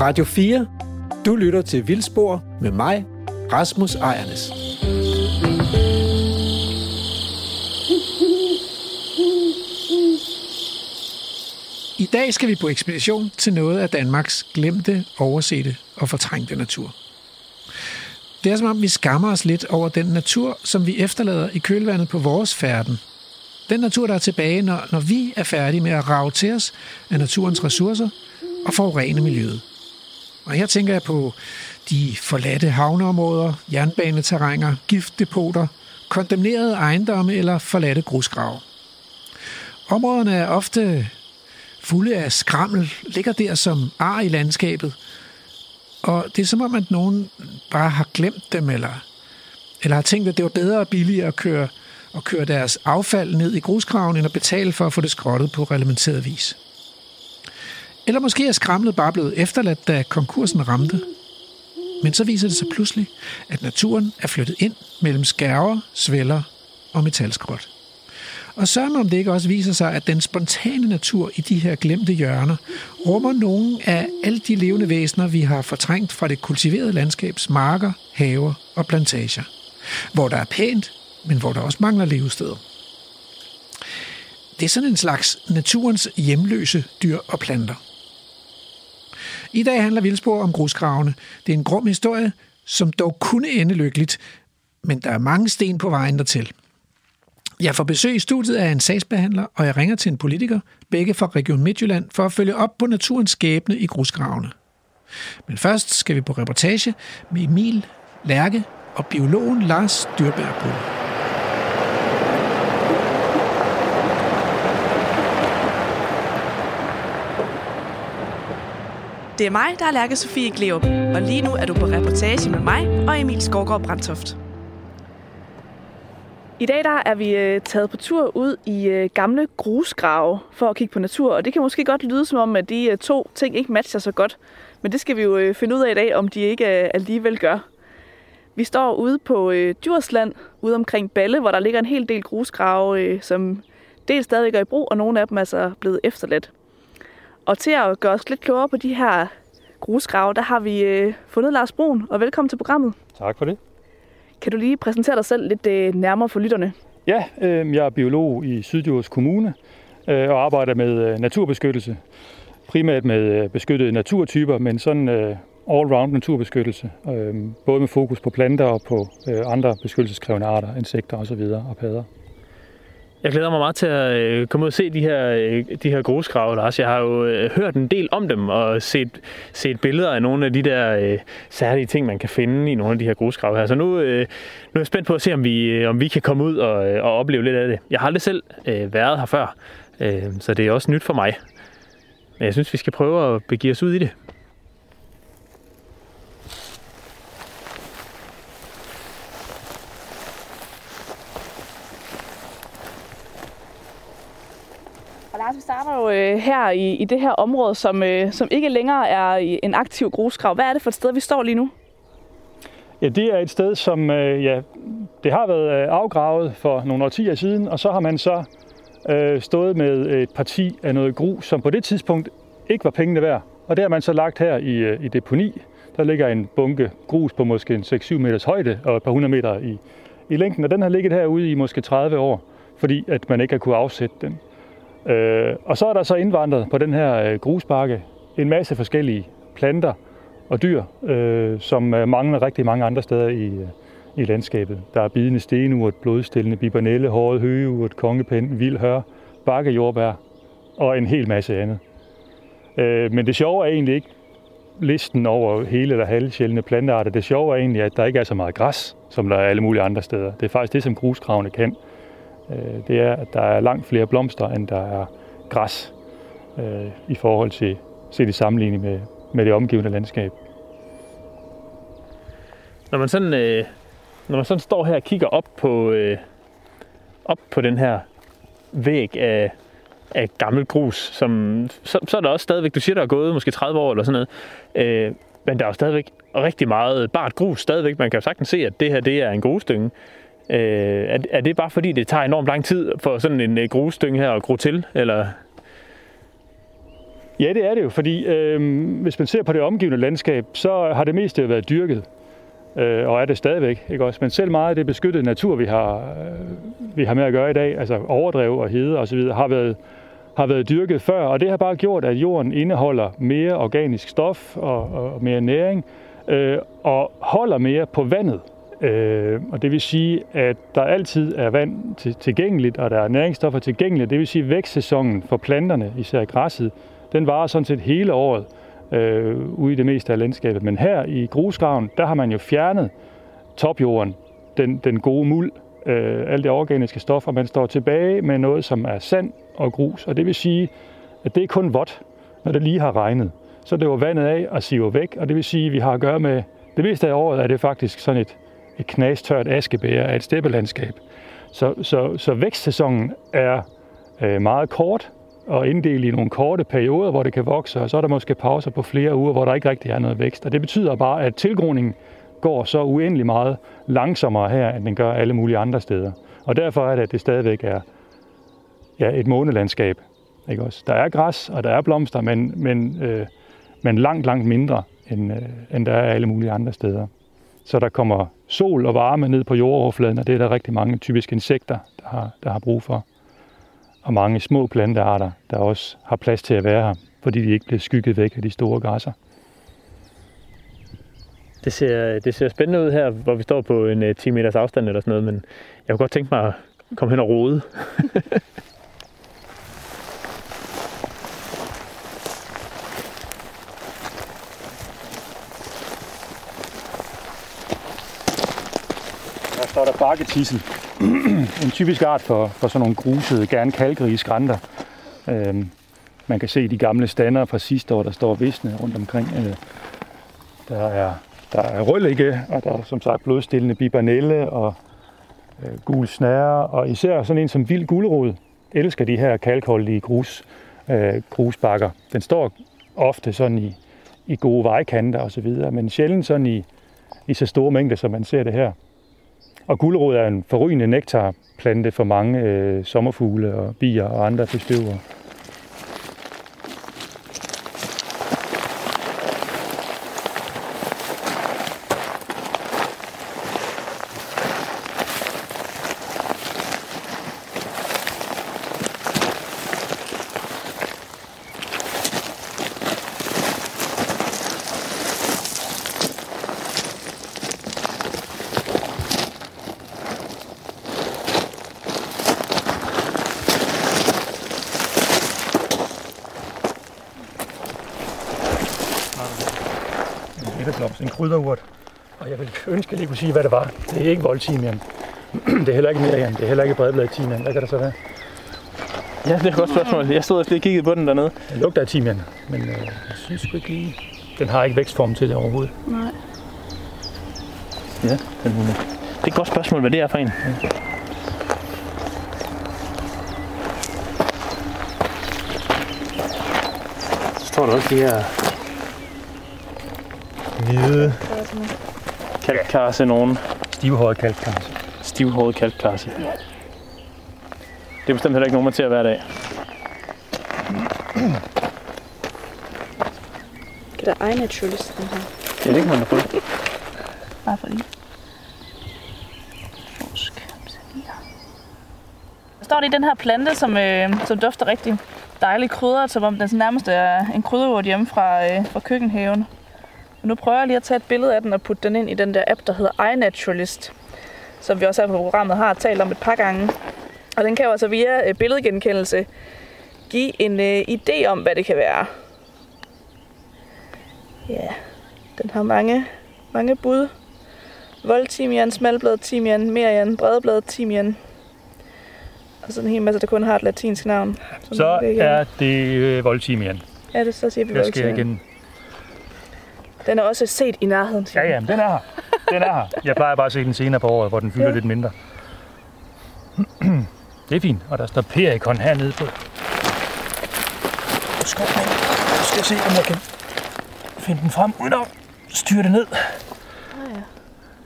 Radio 4. Du lytter til Vildspor med mig, Rasmus Ejernes. I dag skal vi på ekspedition til noget af Danmarks glemte, oversete og fortrængte natur. Det er som om vi skammer os lidt over den natur, som vi efterlader i kølvandet på vores færden. Den natur, der er tilbage, når vi er færdige med at rage til os af naturens ressourcer og forurene miljøet. Og her tænker jeg på de forladte havneområder, jernbaneterrænger, giftdepoter, kondemnerede ejendomme eller forladte grusgrave. Områderne er ofte fulde af skrammel, ligger der som ar i landskabet, og det er som om, at nogen bare har glemt dem, eller har tænkt, at det var bedre og billigere at køre deres affald ned i grusgraven, end at betale for at få det skrottet på reglementeret vis. Eller måske er skramlet bare blevet efterladt, da konkursen ramte. Men så viser det sig pludselig, at naturen er flyttet ind mellem skærver, svælder og metalskrot. Og sørg om det ikke også viser sig, at den spontane natur i de her glemte hjørner rummer nogle af alle de levende væsener, vi har fortrængt fra det kultiverede landskabs marker, haver og plantager. Hvor der er pænt, men hvor der også mangler levesteder. Det er sådan en slags naturens hjemløse dyr og planter. I dag handler Vildspor om grusgravene. Det er en grum historie, som dog kunne ende lykkeligt, men der er mange sten på vejen dertil. Jeg får besøg i studiet af en sagsbehandler, og jeg ringer til en politiker, begge fra Region Midtjylland, for at følge op på naturens skæbne i grusgravene. Men først skal vi på reportage med Emil Lærke og biologen Lars Dyrberg Bull. Det er mig, der er Lærke Sofie Gleup, og lige nu er du på reportage med mig og Emil Skovgaard Brandtoft. I dag der er vi taget på tur ud i gamle grusgrave for at kigge på natur, og det kan måske godt lyde som om, at de to ting ikke matcher så godt, men det skal vi jo finde ud af i dag, om de ikke alligevel gør. Vi står ude på Djursland, ude omkring Balle, hvor der ligger en hel del grusgrave, som dels stadig er i brug, og nogle af dem er så blevet efterladt. Og til at gøre os lidt klogere på de her grusgrave, der har vi fundet Lars Brun, og velkommen til programmet. Tak for det. Kan du lige præsentere dig selv lidt nærmere for lytterne? Ja, jeg er biolog i Syddjurs Kommune og arbejder med naturbeskyttelse. Primært med beskyttede naturtyper, men sådan all-round naturbeskyttelse. Både med fokus på planter og på andre beskyttelseskrævende arter, insekter osv. og padder. Jeg glæder mig meget til at komme ud og se de her grusgrave, Lars. Jeg har jo hørt en del om dem og set billeder af nogle af de der særlige ting, man kan finde i nogle af de her grusgrave her. Så nu er jeg spændt på at se, om vi kan komme ud og opleve lidt af det. Jeg har aldrig selv været her før, så det er også nyt for mig. Men jeg synes, vi skal prøve at begive os ud i det. Vi starter jo her i det her område, som ikke længere er en aktiv grusgrav. Hvad er det for et sted, vi står lige nu? Ja, det er et sted, som det har været afgravet for nogle årtier siden, og så har man så stået med et parti af noget grus, som på det tidspunkt ikke var pengene værd. Og det har man så lagt her i deponi. Der ligger en bunke grus på måske 6-7 meters højde og et par 100 meter i længden, og den har ligget herude i måske 30 år, fordi at man ikke har kunne afsætte den. Og så er der så indvandret på den her grusbakke en masse forskellige planter og dyr, som mangler rigtig mange andre steder i landskabet. Der er bidende stenurt, blodstillende bibernelle, håret høgeurt, kongepind, vildhør, bakkejordbær og en hel masse andet. Men det sjove er egentlig ikke listen over hele eller halvsjældne plantearter. Det sjove er egentlig, at der ikke er så meget græs, som der er alle mulige andre steder. Det er faktisk det, som grusgravene kan. Det er, at der er langt flere blomster, end der er græs i forhold til set i sammenligning med det omgivende landskab. Når man sådan står her og kigger op på den her væg af gammel grus, så er der også stadigvæk, du siger, der er gået måske 30 år eller sådan noget, men der er jo stadigvæk rigtig meget bart grus stadigvæk. Man kan jo sagtens se, at det her det er en grusdynge. Er det bare fordi, det tager enormt lang tid for sådan en grusdynge her at gro til, eller? Ja, det er det jo, fordi hvis man ser på det omgivende landskab, så har det meste været dyrket, og er det stadigvæk, ikke også? Men selv meget af det beskyttede natur, vi har med at gøre i dag, altså overdrev og hede og så videre, har været dyrket før, og det har bare gjort, at jorden indeholder mere organisk stof og mere næring, og holder mere på vandet. Og det vil sige, at der altid er vand tilgængeligt, og der er næringsstoffer tilgængelige. Det vil sige, at vækstsæsonen for planterne, især græsset, den varer sådan set hele året ude i det meste af landskabet. Men her i grusgraven, der har man jo fjernet topjorden, den gode muld, alle de organiske stoffer. Man står tilbage med noget, som er sand og grus. Og det vil sige, at det er kun vådt, når det lige har regnet. Så løber vandet af og siver væk, og det vil sige, at vi har at gøre med, det meste af året er det faktisk sådan et knastørt askebæger af et steppelandskab. Så vækstsæsonen er meget kort og inddelt i nogle korte perioder, hvor det kan vokse, og så er der måske pauser på flere uger, hvor der ikke rigtig er noget vækst. Og det betyder bare, at tilgroningen går så uendelig meget langsommere her, end den gør alle mulige andre steder. Og derfor er det, at det stadigvæk er et månelandskab. Ikke også? Der er græs, og der er blomster, men langt mindre, end der er alle mulige andre steder. Så der kommer sol og varme ned på jordoverfladen, og det er der rigtig mange typiske insekter, der har brug for. Og mange små plantearter, der også har plads til at være her, fordi de ikke bliver skygget væk af de store græsser. Det ser spændende ud her, hvor vi står på en 10 meters afstand eller sådan noget, men jeg kunne godt tænke mig at komme hen og rode. Der står der bakketissel. En typisk art for sådan nogle grusede, gerne kalkrige skrænter. Man kan se de gamle stander fra sidste år, der står visne rundt omkring. Der er rødligge, og der er som sagt blodstillende bibernelle og gul snære, og især sådan en som vild gulerod elsker de her kalkholdige grusbakker. Den står ofte sådan i gode vejkanter og så videre, men sjældent sådan i så store mængder, som man ser det her. Og gulerod er en forrygende nektarplante for mange sommerfugle og bier og andre bestøvere. En krydderurt. Og jeg vil ønske, at jeg kunne sige, hvad det var. Det er ikke voldtimian. Det er heller ikke merian. Det er heller ikke bredbladet timian. Hvad kan der så være? Ja, det er et godt spørgsmål. Jeg stod og kiggede på den dernede. Den lugter af timian, men jeg synes sgu ikke lige... Den har ikke vækstform til det overhovedet. Nej. Ja, det er et godt spørgsmål, hvad det er for en. Ja. Så står der også de her hvide kalkkarse nogen. Stivhåret kalkkarse. Stivhåret kalkkarse. Ja. Det er bestemt heller ikke nogen, man ser hver dag. Det er iNaturalisten her. Det er det ikke, man har fået. Bare fordi. Der står det i den her plante, som dufter rigtig dejligt krydret, som om den nærmest er en krydderurt hjemme fra køkkenhaven. Og nu prøver jeg lige at tage et billede af den og putte den ind i den der app, der hedder iNaturalist, som vi også her på programmet har talt om et par gange. Og den kan jo altså via billedgenkendelse give en idé om, hvad det kan være. Ja, den har mange bud. Voldtimian, smalbladet timian, merian, bredbladet timian. Og sådan en hel masse, der kun har et latinsk navn. Så er det voldtimian. Ja, det så siger vi voldtimian. Den er også set i nærheden. Ja, den er her. Den er her. Jeg plejer bare at se den senere på året, hvor den fylder lidt mindre. Det er fint. Og der står perikon hernede på skoven. Nu skal jeg se, om jeg kan finde den frem, uden at styre det ned. Ja.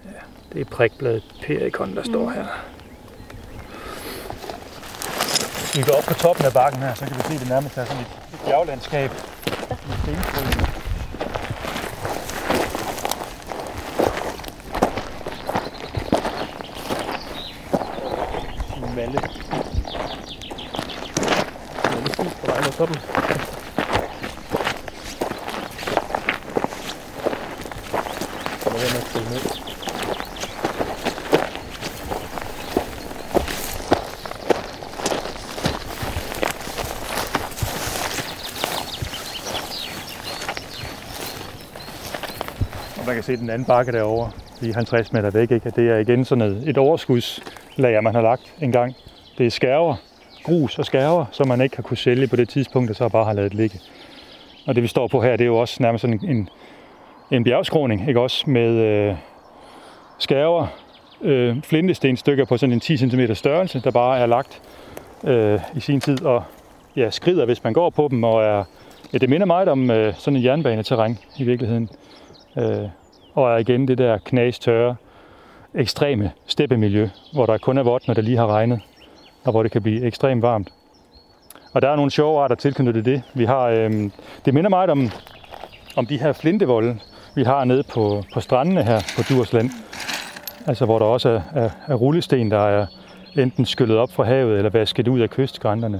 Det er prikbladet perikon, der står her. vi går op på toppen af bakken her, så kan vi se, det nærmest er sådan et bjerglandskab. Malle. Malle stis på vej mod toppen. Så må jeg nok spille med. Man kan se den anden bakke derovre, lige 50 meter væk, ikke? Det er igen sådan et overskudslager, man har lagt en gang. Det er skærver, grus og skærver, som man ikke har kunne sælge på det tidspunkt, og så bare har ladet ligge. Og det vi står på her, det er jo også nærmest sådan en bjergskråning, ikke også, med skærver, flintestenstykker på sådan en 10 cm størrelse, der bare er lagt i sin tid, og ja, skrider, hvis man går på dem, og det minder meget om sådan en jernbaneterræn i virkeligheden. Og er igen det der knastørre, ekstreme steppemiljø, hvor der kun er vådt, når det lige har regnet, og hvor det kan blive ekstremt varmt. Og der er nogle sjove arter tilknyttet det. Vi har, det minder meget om de her flintevolde, vi har nede på strandene her på Djursland. Altså hvor der også er rullesten, der er enten skyllet op fra havet eller vasket ud af kystskrænterne.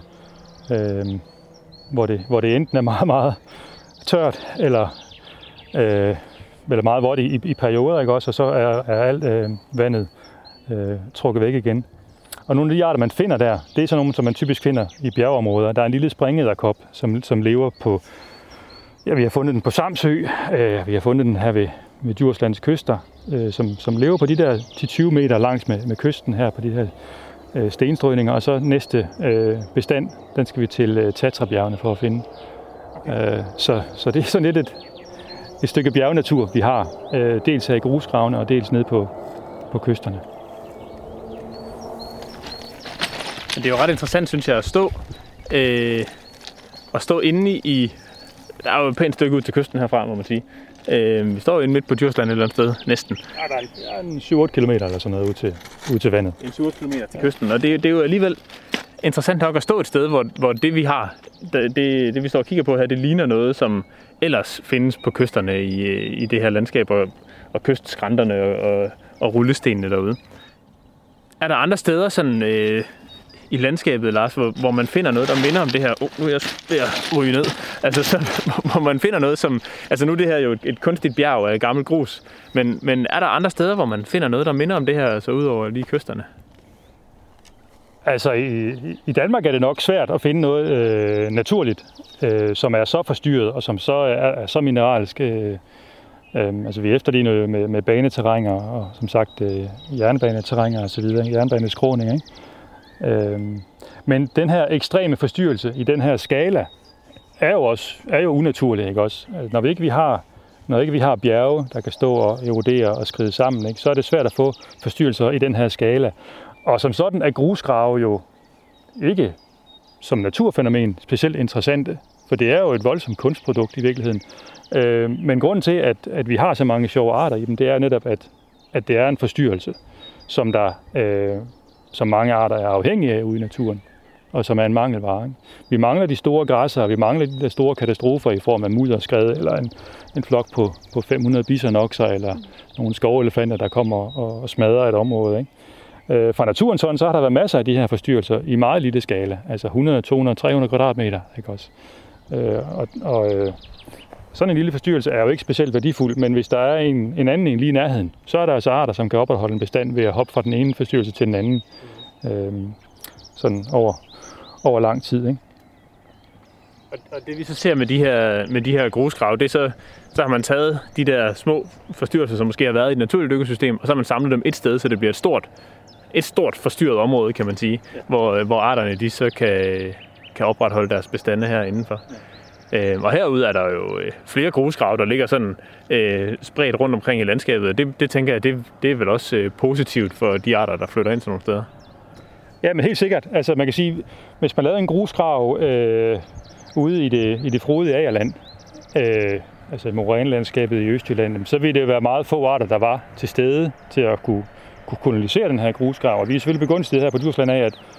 Hvor det enten er meget, meget tørt eller meget vådt i perioder, ikke også? Og så er alt vandet trukket væk igen. Og nogle af de arter, man finder der, det er sådan nogle, som man typisk finder i bjergeområder. Der er en lille springedderkop, som lever på... Ja, vi har fundet den på Samsø. Vi har fundet den her ved Djurslands kyster, som lever på de der 10-20 meter langs med kysten her på de her stenstrøgninger. Og så næste bestand, den skal vi til Tatrabjergene for at finde. Så det er sådan lidt et stykke bjergnatur, vi har. Dels her i grusgravene og dels nede på kysterne. Det er jo ret interessant, synes jeg, at stå inde i... Der er jo et pænt stykke ud til kysten herfra, må man sige. Vi står inde midt på Djursland et eller andet sted, næsten. Ja, der er en 7-8 kilometer eller sådan noget ud til vandet. En 7-8 kilometer til kysten, og det er jo alligevel interessant nok at stå et sted, hvor det vi har, det vi står og kigger på her, det ligner noget, som ellers findes på kysterne i det her landskab, og kystskrænterne og rullestenene derude. Er der andre steder sådan... i landskabet, Lars, hvor man finder noget, der minder om det her. Nu er jeg ved at ryge ned. Altså, hvor man finder noget som... Altså, nu er det her jo et kunstigt bjerg af gammel grus. Men er der andre steder, hvor man finder noget, der minder om det her, så udover lige kysterne? Altså, i Danmark er det nok svært at finde noget naturligt, som er så forstyrret, og som så er så mineralsk. Altså, vi efterligner med baneterrænger, og som sagt, jernbaneterrænger og så videre. Jernbaneskråning, ikke? Men den her ekstreme forstyrrelse i den her skala er jo unaturlig, ikke også? Når ikke vi har bjerge, der kan stå og erodere og skride sammen, ikke, så er det svært at få forstyrrelser i den her skala. Og som sådan er grusgrave jo ikke som naturfænomen specielt interessante, for det er jo et voldsomt kunstprodukt i virkeligheden. Men grunden til, at vi har så mange sjove arter i dem, det er netop, at det er en forstyrrelse, som mange arter er afhængige af ude i naturen, og som er en mangelvare. Vi mangler de store græsser, vi mangler de der store katastrofer i form af mudderskred, eller en flok på 500 bisonokser, eller nogle skovelefanter, der kommer og smadrer et område. Ikke? Fra naturen sådan, så har der været masser af de her forstyrrelser i meget lille skala, altså 100, 200, 300 kvadratmeter. Ikke også? Sådan en lille forstyrrelse er jo ikke specielt værdifuld, men hvis der er en anden lige i nærheden, så er der altså arter, som kan opretholde en bestand ved at hoppe fra den ene forstyrrelse til den anden, sådan over lang tid. Ikke? Og det vi så ser med de her grusgrave, det er så har man taget de der små forstyrrelser, som måske har været i et naturligt økosystem, og så har man samlet dem et sted, så det bliver et stort forstyrret område, kan man sige, ja. hvor arterne de så kan opretholde deres bestande her indenfor. Ja. Og herude er der jo flere grusgrave, der ligger sådan spredt rundt omkring i landskabet. Det tænker jeg, det er vel også positivt for de arter, der flytter ind til nogle steder. Ja, men helt sikkert. Altså man kan sige, hvis man lavede en grusgrav ude i det frodige Agerland, altså morænelandskabet i Østjylland, så ville det være meget få arter, der var til stede til at kunne kolonisere den her grusgrav. Og vi er selvfølgelig begunstiget her på Djursland af,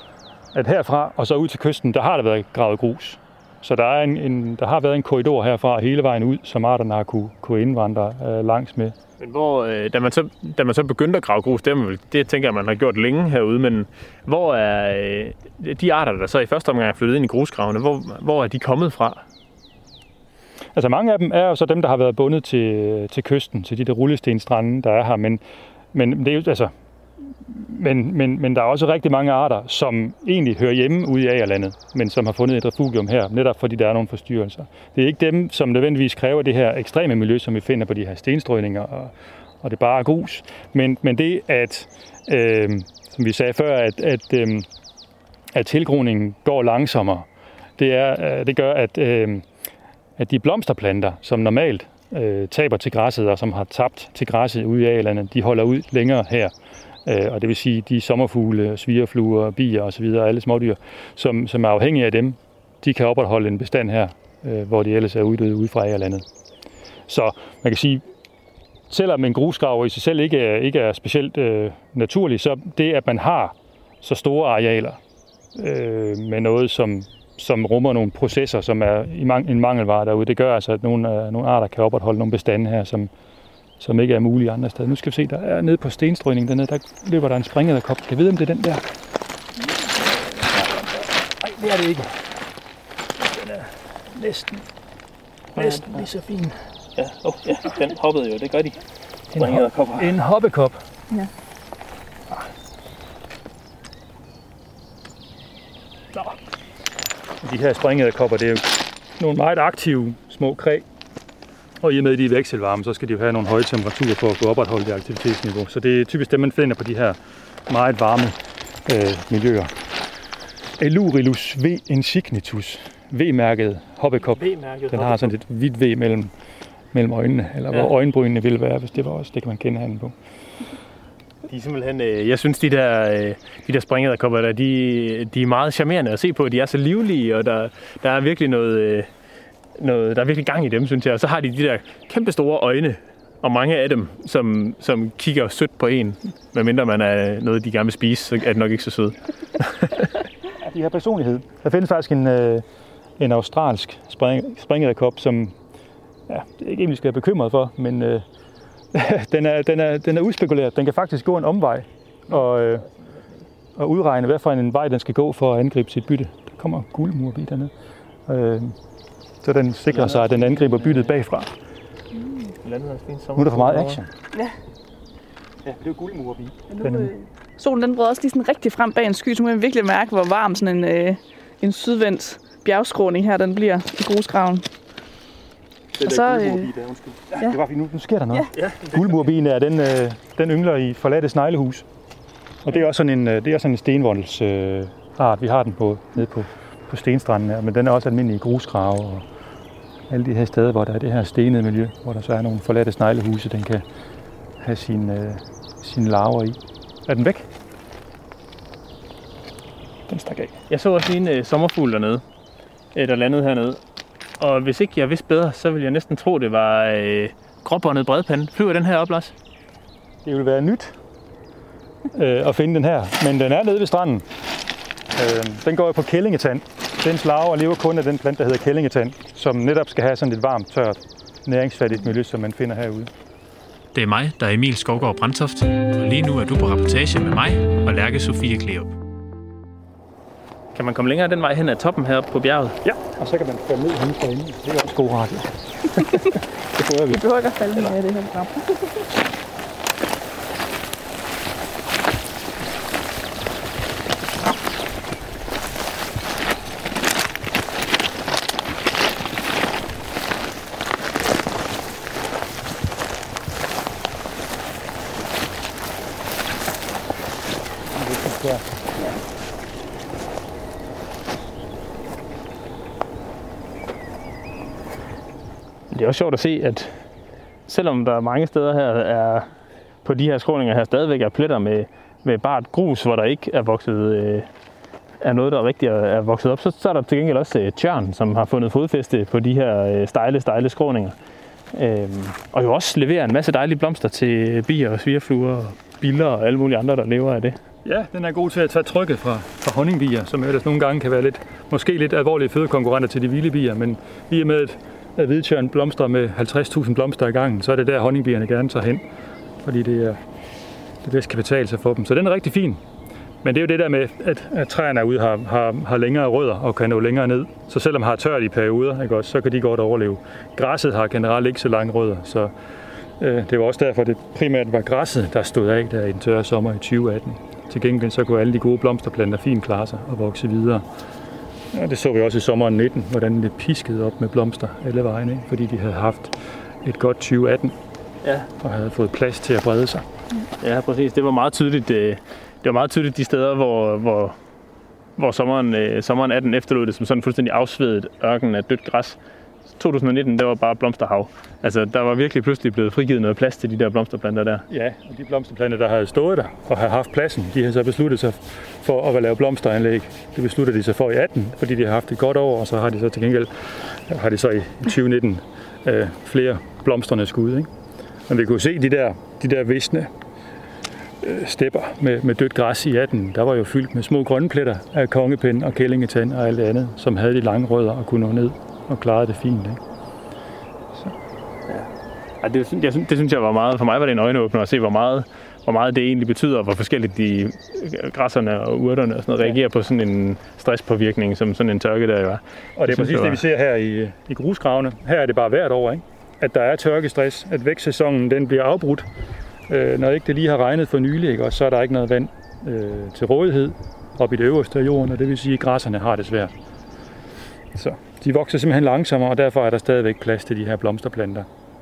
at herfra og så ud til kysten, der har der været gravet grus. Så der har været en korridor herfra hele vejen ud, som arterne har kunne indvandre langs med. Men da man så begyndte at grave grus, det tænker jeg, man har gjort længe herude, men hvor er de arter, der så i første omgang er flyttet ind i grusgravene, hvor er de kommet fra? Altså mange af dem er jo så dem, der har været bundet til kysten, til de der rullestenstrande, der er her, men det er jo altså... Men der er også rigtig mange arter, som egentlig hører hjemme ude i agerlandet, men som har fundet et refugium her, netop fordi der er nogle forstyrrelser. Det er ikke dem, som nødvendigvis kræver det her ekstreme miljø, som vi finder på de her stenstrøgninger, og det bare er grus. Men det, at, som vi sagde før, at tilgroningen går langsommere, det gør, at de blomsterplanter, som normalt taber til græsset, og som har tabt til græsset ude i agerlandet, de holder ud længere her. Og det vil sige, de sommerfugle, svirrefluer, bier osv., alle smådyr, som er afhængige af dem, de kan opretholde en bestand her, hvor de ellers er uddøde ude fra agerlandet. Så man kan sige, selvom en grusgrav i sig selv ikke er specielt naturlig, så det, at man har så store arealer med noget, som rummer nogle processer, som er en mangelvare derude, det gør altså, at nogle arter kan opretholde nogle bestande her, som ikke er mulige andre steder. Nu skal vi se, der er nede på stenstrøgningen dernede, der løber der en springedderkop. Kan jeg vide, om det er den der? Nej, det er det ikke. Den er næsten lige så fin. Ja, den hoppede jo, det gør de. Springedderkopper. En hoppekop. Ja. Nå. De her springedderkopper, det er jo nogle meget aktive små kræ. Og i og med, at de er vekselvarme, så skal de jo have nogle høje temperaturer for at kunne opretholde det aktivitetsniveau. Så det er typisk det, man finder på de her meget varme miljøer. Elurilus V insignitus, V-mærket hoppekop. Den har sådan et hvidt V mellem øjnene, eller hvor øjenbrynene ville være, hvis det var også. Det kan man kende herinde på. De er simpelthen, jeg synes, de der springedderkopper, de er meget charmerende at se på. De er så livlige, og der er virkelig der er virkelig gang i dem, synes jeg. Og så har de der kæmpe store øjne, og mange af dem, som kigger sødt på en. Medmindre man er noget, de gerne vil spise, så er det nok ikke så søde. De har personlighed. Der findes faktisk en australsk springedderkop, som det er ikke egentlig skal være bekymret for, men den er udspekuleret. Den kan faktisk gå en omvej og udregne, hvad for en vej den skal gå for at angribe sit bytte. Der kommer guldmurbi dernede. Så den sikrer sig, at den angriber byttet bagfra. Nu er der for meget action. Ja. Ja, det er jo guldmurbi. Solen den brød også lige sådan rigtig frem bag en sky, så man virkelig mærke, hvor varm sådan en sydvendt bjergskråning her den bliver i grusgraven. Og så, det var fordi nu sker der noget. Ja. Guldmurbien er den yngler i forladte sneglehus. Og det er også sådan en stenvondelsart. Vi har den nede på stenstranden her, men den er også almindelig i grusgrave og alle de her steder, hvor der er det her stenede miljø, hvor der så er nogle forladte sneglehuse, den kan have sine larver i. Er den væk? Den stak af. Jeg så også lige en sommerfugl dernede, der landede hernede. Og hvis ikke jeg vidste bedre, så ville jeg næsten tro, det var gråbåndet bredpande. Flyver den her op, Lars? Det vil være nyt at finde den her, men den er nede ved stranden. Den går jo på kællingetand. Dens larver lever kun af den plante, der hedder kællingetand, som netop skal have sådan et varmt, tørt, næringsfattigt miljø, som man finder herude. Det er mig, der er Emil Skovgaard Brandtoft, og lige nu er du på rapportage med mig og Lærke Sofie Kleop. Kan man komme længere den vej hen ad toppen her på bjerget? Ja, og så kan man falde ned hen derinde. Det er også god radio. Det prøver vi. Vi behøver ikke at falde med det her program. Det er også sjovt at se, at selvom der mange steder her er på de her skråninger her stadigvæk er pletter med bart grus, hvor der ikke er vokset er noget, der rigtig er vokset op, så er der til gengæld også tjørn, som har fundet fodfæste på de her stejle skråninger. Og jo også leverer en masse dejlige blomster til bier og svirrefluer og biller og alle mulige andre, der lever af det. Ja, den er god til at tage trykket fra honningbier, som ellers nogle gange kan være måske lidt alvorlige fødekonkurrenter til de vilde bier, men i og med, at hvidtjørn blomstrer med 50.000 blomster i gangen, så er det der honningbierne gerne tager hen, fordi det bedst kan betale sig for dem. Så den er rigtig fin. Men det er jo det der med, at træerne herude har længere rødder og kan nå længere ned. Så selvom har tørt i perioder, ikke også, så kan de godt overleve. Græsset har generelt ikke så lange rødder, så det var også derfor, det primært var græsset, der stod af der i den tørre sommer i 2018. Til gengæld så kunne alle de gode blomsterplanter fint klare sig og vokse videre. Ja, det så vi også i sommeren 19, hvordan det piskede op med blomster alle vejen, ikke? Fordi de havde haft et godt 2018 og havde fået plads til at brede sig. Ja, præcis. Det var meget tydeligt. Det var meget tydeligt de steder, hvor sommeren 18 efterlod det som sådan fuldstændig afsvedet ørken af dødt græs. 2019, der var bare blomsterhav. Altså, der var virkelig pludselig blevet frigivet noget plads til de der blomsterplanter der. Ja, og de blomsterplanter, der havde stået der og havde haft pladsen, de har så besluttet sig for at lave blomsteranlæg. Det besluttede de sig for i 18, fordi de har haft et godt år, og så har de så til gengæld i 2019 flere blomstrende skud, ikke? Men vi kunne se de der visne stepper med dødt græs i 18, der var jo fyldt med små grønne pletter af kongepind og kællingetand og alt det andet, som havde de lange rødder og kunne nå ned og klarede det fint, ikke? Så. Ja. Det synes jeg var meget, for mig var det en øjenåbner at se, hvor meget det egentlig betyder, og hvor forskelligt de græsserne og urterne og sådan noget reagerer på sådan en stresspåvirkning, som sådan en tørke der jo er. Og det er præcis det, vi ser her i grusgravene. Her er det bare hvert år, ikke? At der er tørkestress, at vækstsæsonen den bliver afbrudt. Når ikke det lige har regnet for nylig, ikke? Og så er der ikke noget vand til rådighed op i det øverste af jorden, og det vil sige, at græsserne har det svært. Så de vokser simpelthen langsommere, og derfor er der stadigvæk plads til de her blomsterplanter.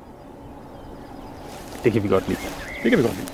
Det kan vi godt lide. Det kan vi godt lide.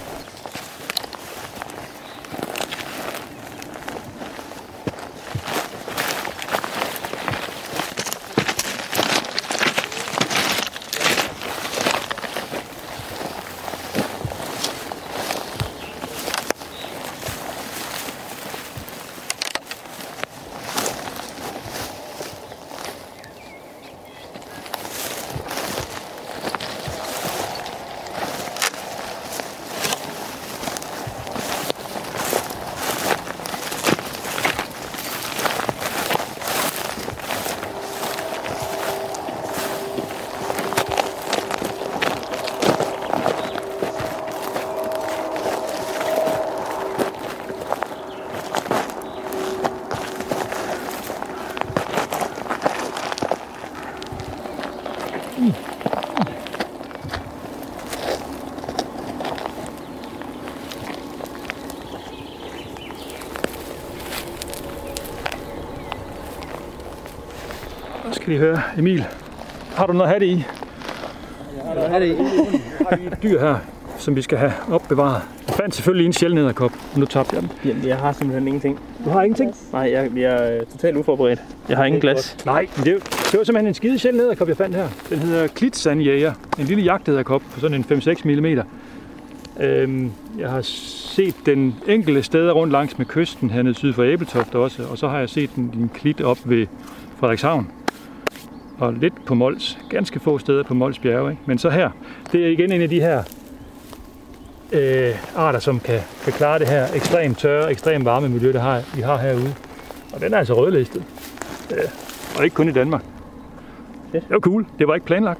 Så skal de høre, Emil, har du noget at have det i? Jeg har noget at have det i. Har vi et dyr her, som vi skal have opbevaret? Jeg fandt selvfølgelig en sjælden edderkop, men nu tabte jeg den. Jamen, jeg har simpelthen ingenting. Du har ingenting? Nej, jeg er totalt uforberedt. Jeg har ingen glas. Nej, det var simpelthen en skide sjælden edderkop, jeg fandt her. Den hedder klitsandjæger. En lille jagtedderkop på sådan en 5-6 mm. Jeg har set den enkelte steder rundt langs med kysten hernede syd for Æbeltoft også, og så har jeg set en klit op ved Frederikshavn. Og lidt på Mols, ganske få steder på Mols bjerge, ikke? Men så her, det er igen en af de her arter, som kan klare det her ekstremt tørre, ekstremt varme miljø, vi har herude. Og den er altså rødlistet. Og ikke kun i Danmark. Det var cool, det var ikke planlagt.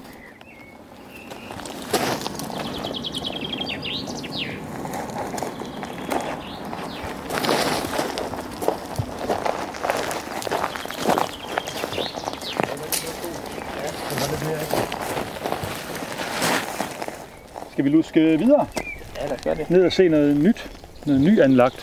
Skal vi luske videre? Ja, lad os gøre det. Ned og se noget nyt, noget nyanlagt.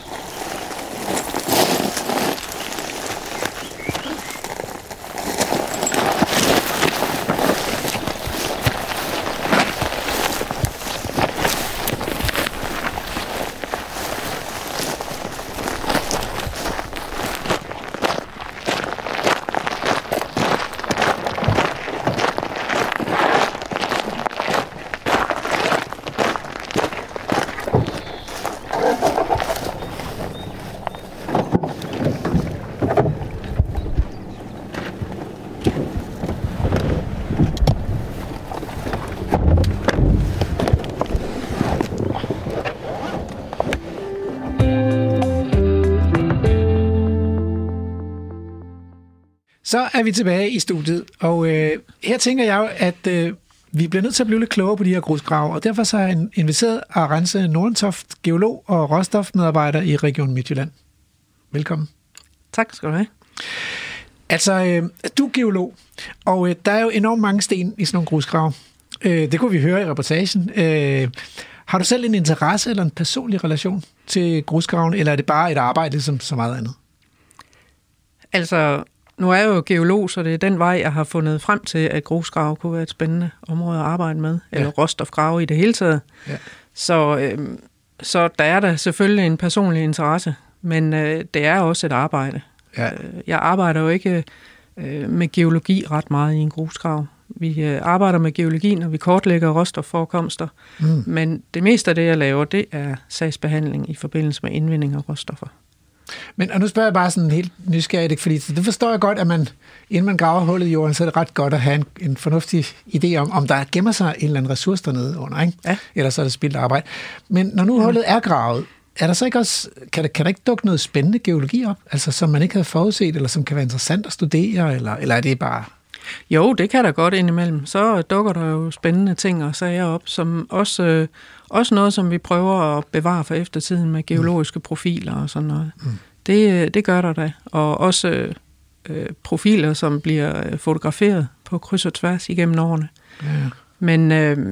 Så er vi tilbage i studiet, og her tænker jeg jo, at vi bliver nødt til at blive lidt klogere på de her grusgrave, og derfor så har jeg inviteret Arance Nordentoft, geolog og råstofmedarbejder i Region Midtjylland. Velkommen. Tak skal du have. Altså, du er geolog, og der er jo enormt mange sten i sådan nogle grusgrave. Det kunne vi høre i reportagen. Har du selv en interesse eller en personlig relation til grusgraven, eller er det bare et arbejde som så meget andet? Altså, nu er jeg jo geolog, så det er den vej, jeg har fundet frem til, at grusgrave kunne være et spændende område at arbejde med, eller råstofgrave i det hele taget. Ja. Så der er der selvfølgelig en personlig interesse, men det er også et arbejde. Ja. Jeg arbejder jo ikke med geologi ret meget i en grusgrav. Vi arbejder med geologi, når vi kortlægger råstofforekomster, men det meste af det, jeg laver, det er sagsbehandling i forbindelse med indvinding af råstoffer. Men, og nu spørger jeg bare sådan helt nysgerrigt, fordi det forstår jeg godt, at inden man graver hullet i jorden, så er det ret godt at have en fornuftig idé om der gemmer sig en eller anden ressource dernede under, ikke? Ja. Ellers så er det spildt arbejde. Men når nu hullet er gravet, er der så ikke også, kan der ikke dukke noget spændende geologi op, altså som man ikke havde forudset, eller som kan være interessant at studere, eller er det bare... Jo, det kan der godt indimellem. Så dukker der jo spændende ting og sager op, som også noget, som vi prøver at bevare for eftertiden med geologiske profiler og sådan noget. Det gør der da. Og også profiler, som bliver fotograferet på kryds og tværs igennem årene. Ja. Men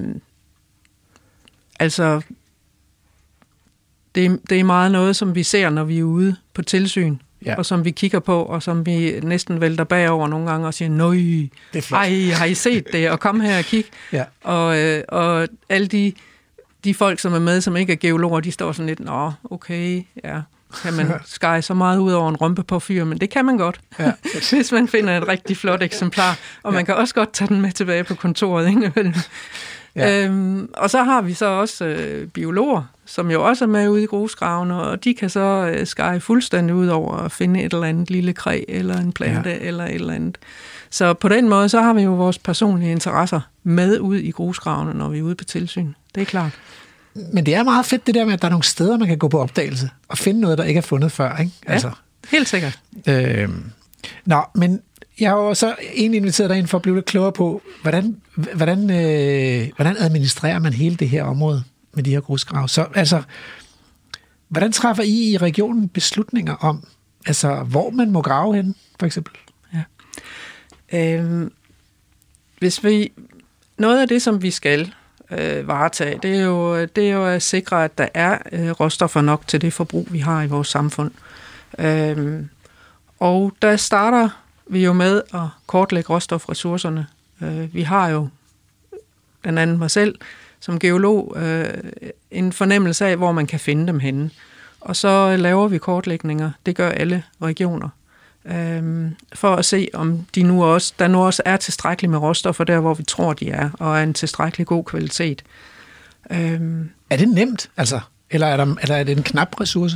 altså, det er meget noget, som vi ser, når vi er ude på tilsyn. Ja. Og som vi kigger på, og som vi næsten vælter bagover nogle gange og siger, nøj, har I set det? Og kom her og kig. Ja. Og alle de folk, som er med, som ikke er geologer, de står sådan lidt, nå, okay, ja, kan man skære så meget ud over en rumpe på fyr, men det kan man godt, hvis man finder et rigtig flot eksemplar. Og man kan også godt tage den med tilbage på kontoret indimellem. Ja. Og så har vi så også biologer, som jo også er med ude i grusgravene, og de kan så skære fuldstændig ud over at finde et eller andet lille kræ, eller en plante, eller et eller andet. Så på den måde, så har vi jo vores personlige interesser med ud i grusgravene, når vi er ude på tilsyn. Det er klart. Men det er meget fedt det der med, at der er nogle steder, man kan gå på opdagelse, og finde noget, der ikke er fundet før, ikke? Altså, ja, helt sikkert. Men jeg har jo så egentlig inviteret dig ind for at blive lidt klogere på, hvordan administrerer man hele det her område med de her grusgrave. Så altså, hvordan træffer I regionen beslutninger om, altså, hvor man må grave hen, for eksempel? Ja. Noget af det, som vi skal varetage, det er jo at sikre, at der er råstoffer nok til det forbrug, vi har i vores samfund. Og der starter vi jo med at kortlægge råstofressourcerne. Vi har jo, blandt andet mig selv, som geolog, en fornemmelse af, hvor man kan finde dem henne. Og så laver vi kortlægninger. Det gør alle regioner. For at se, om der nu også er tilstrækkeligt med råstoffer der, hvor vi tror, de er, og er en tilstrækkelig god kvalitet. Er det nemt, altså? Eller er det en knap ressource?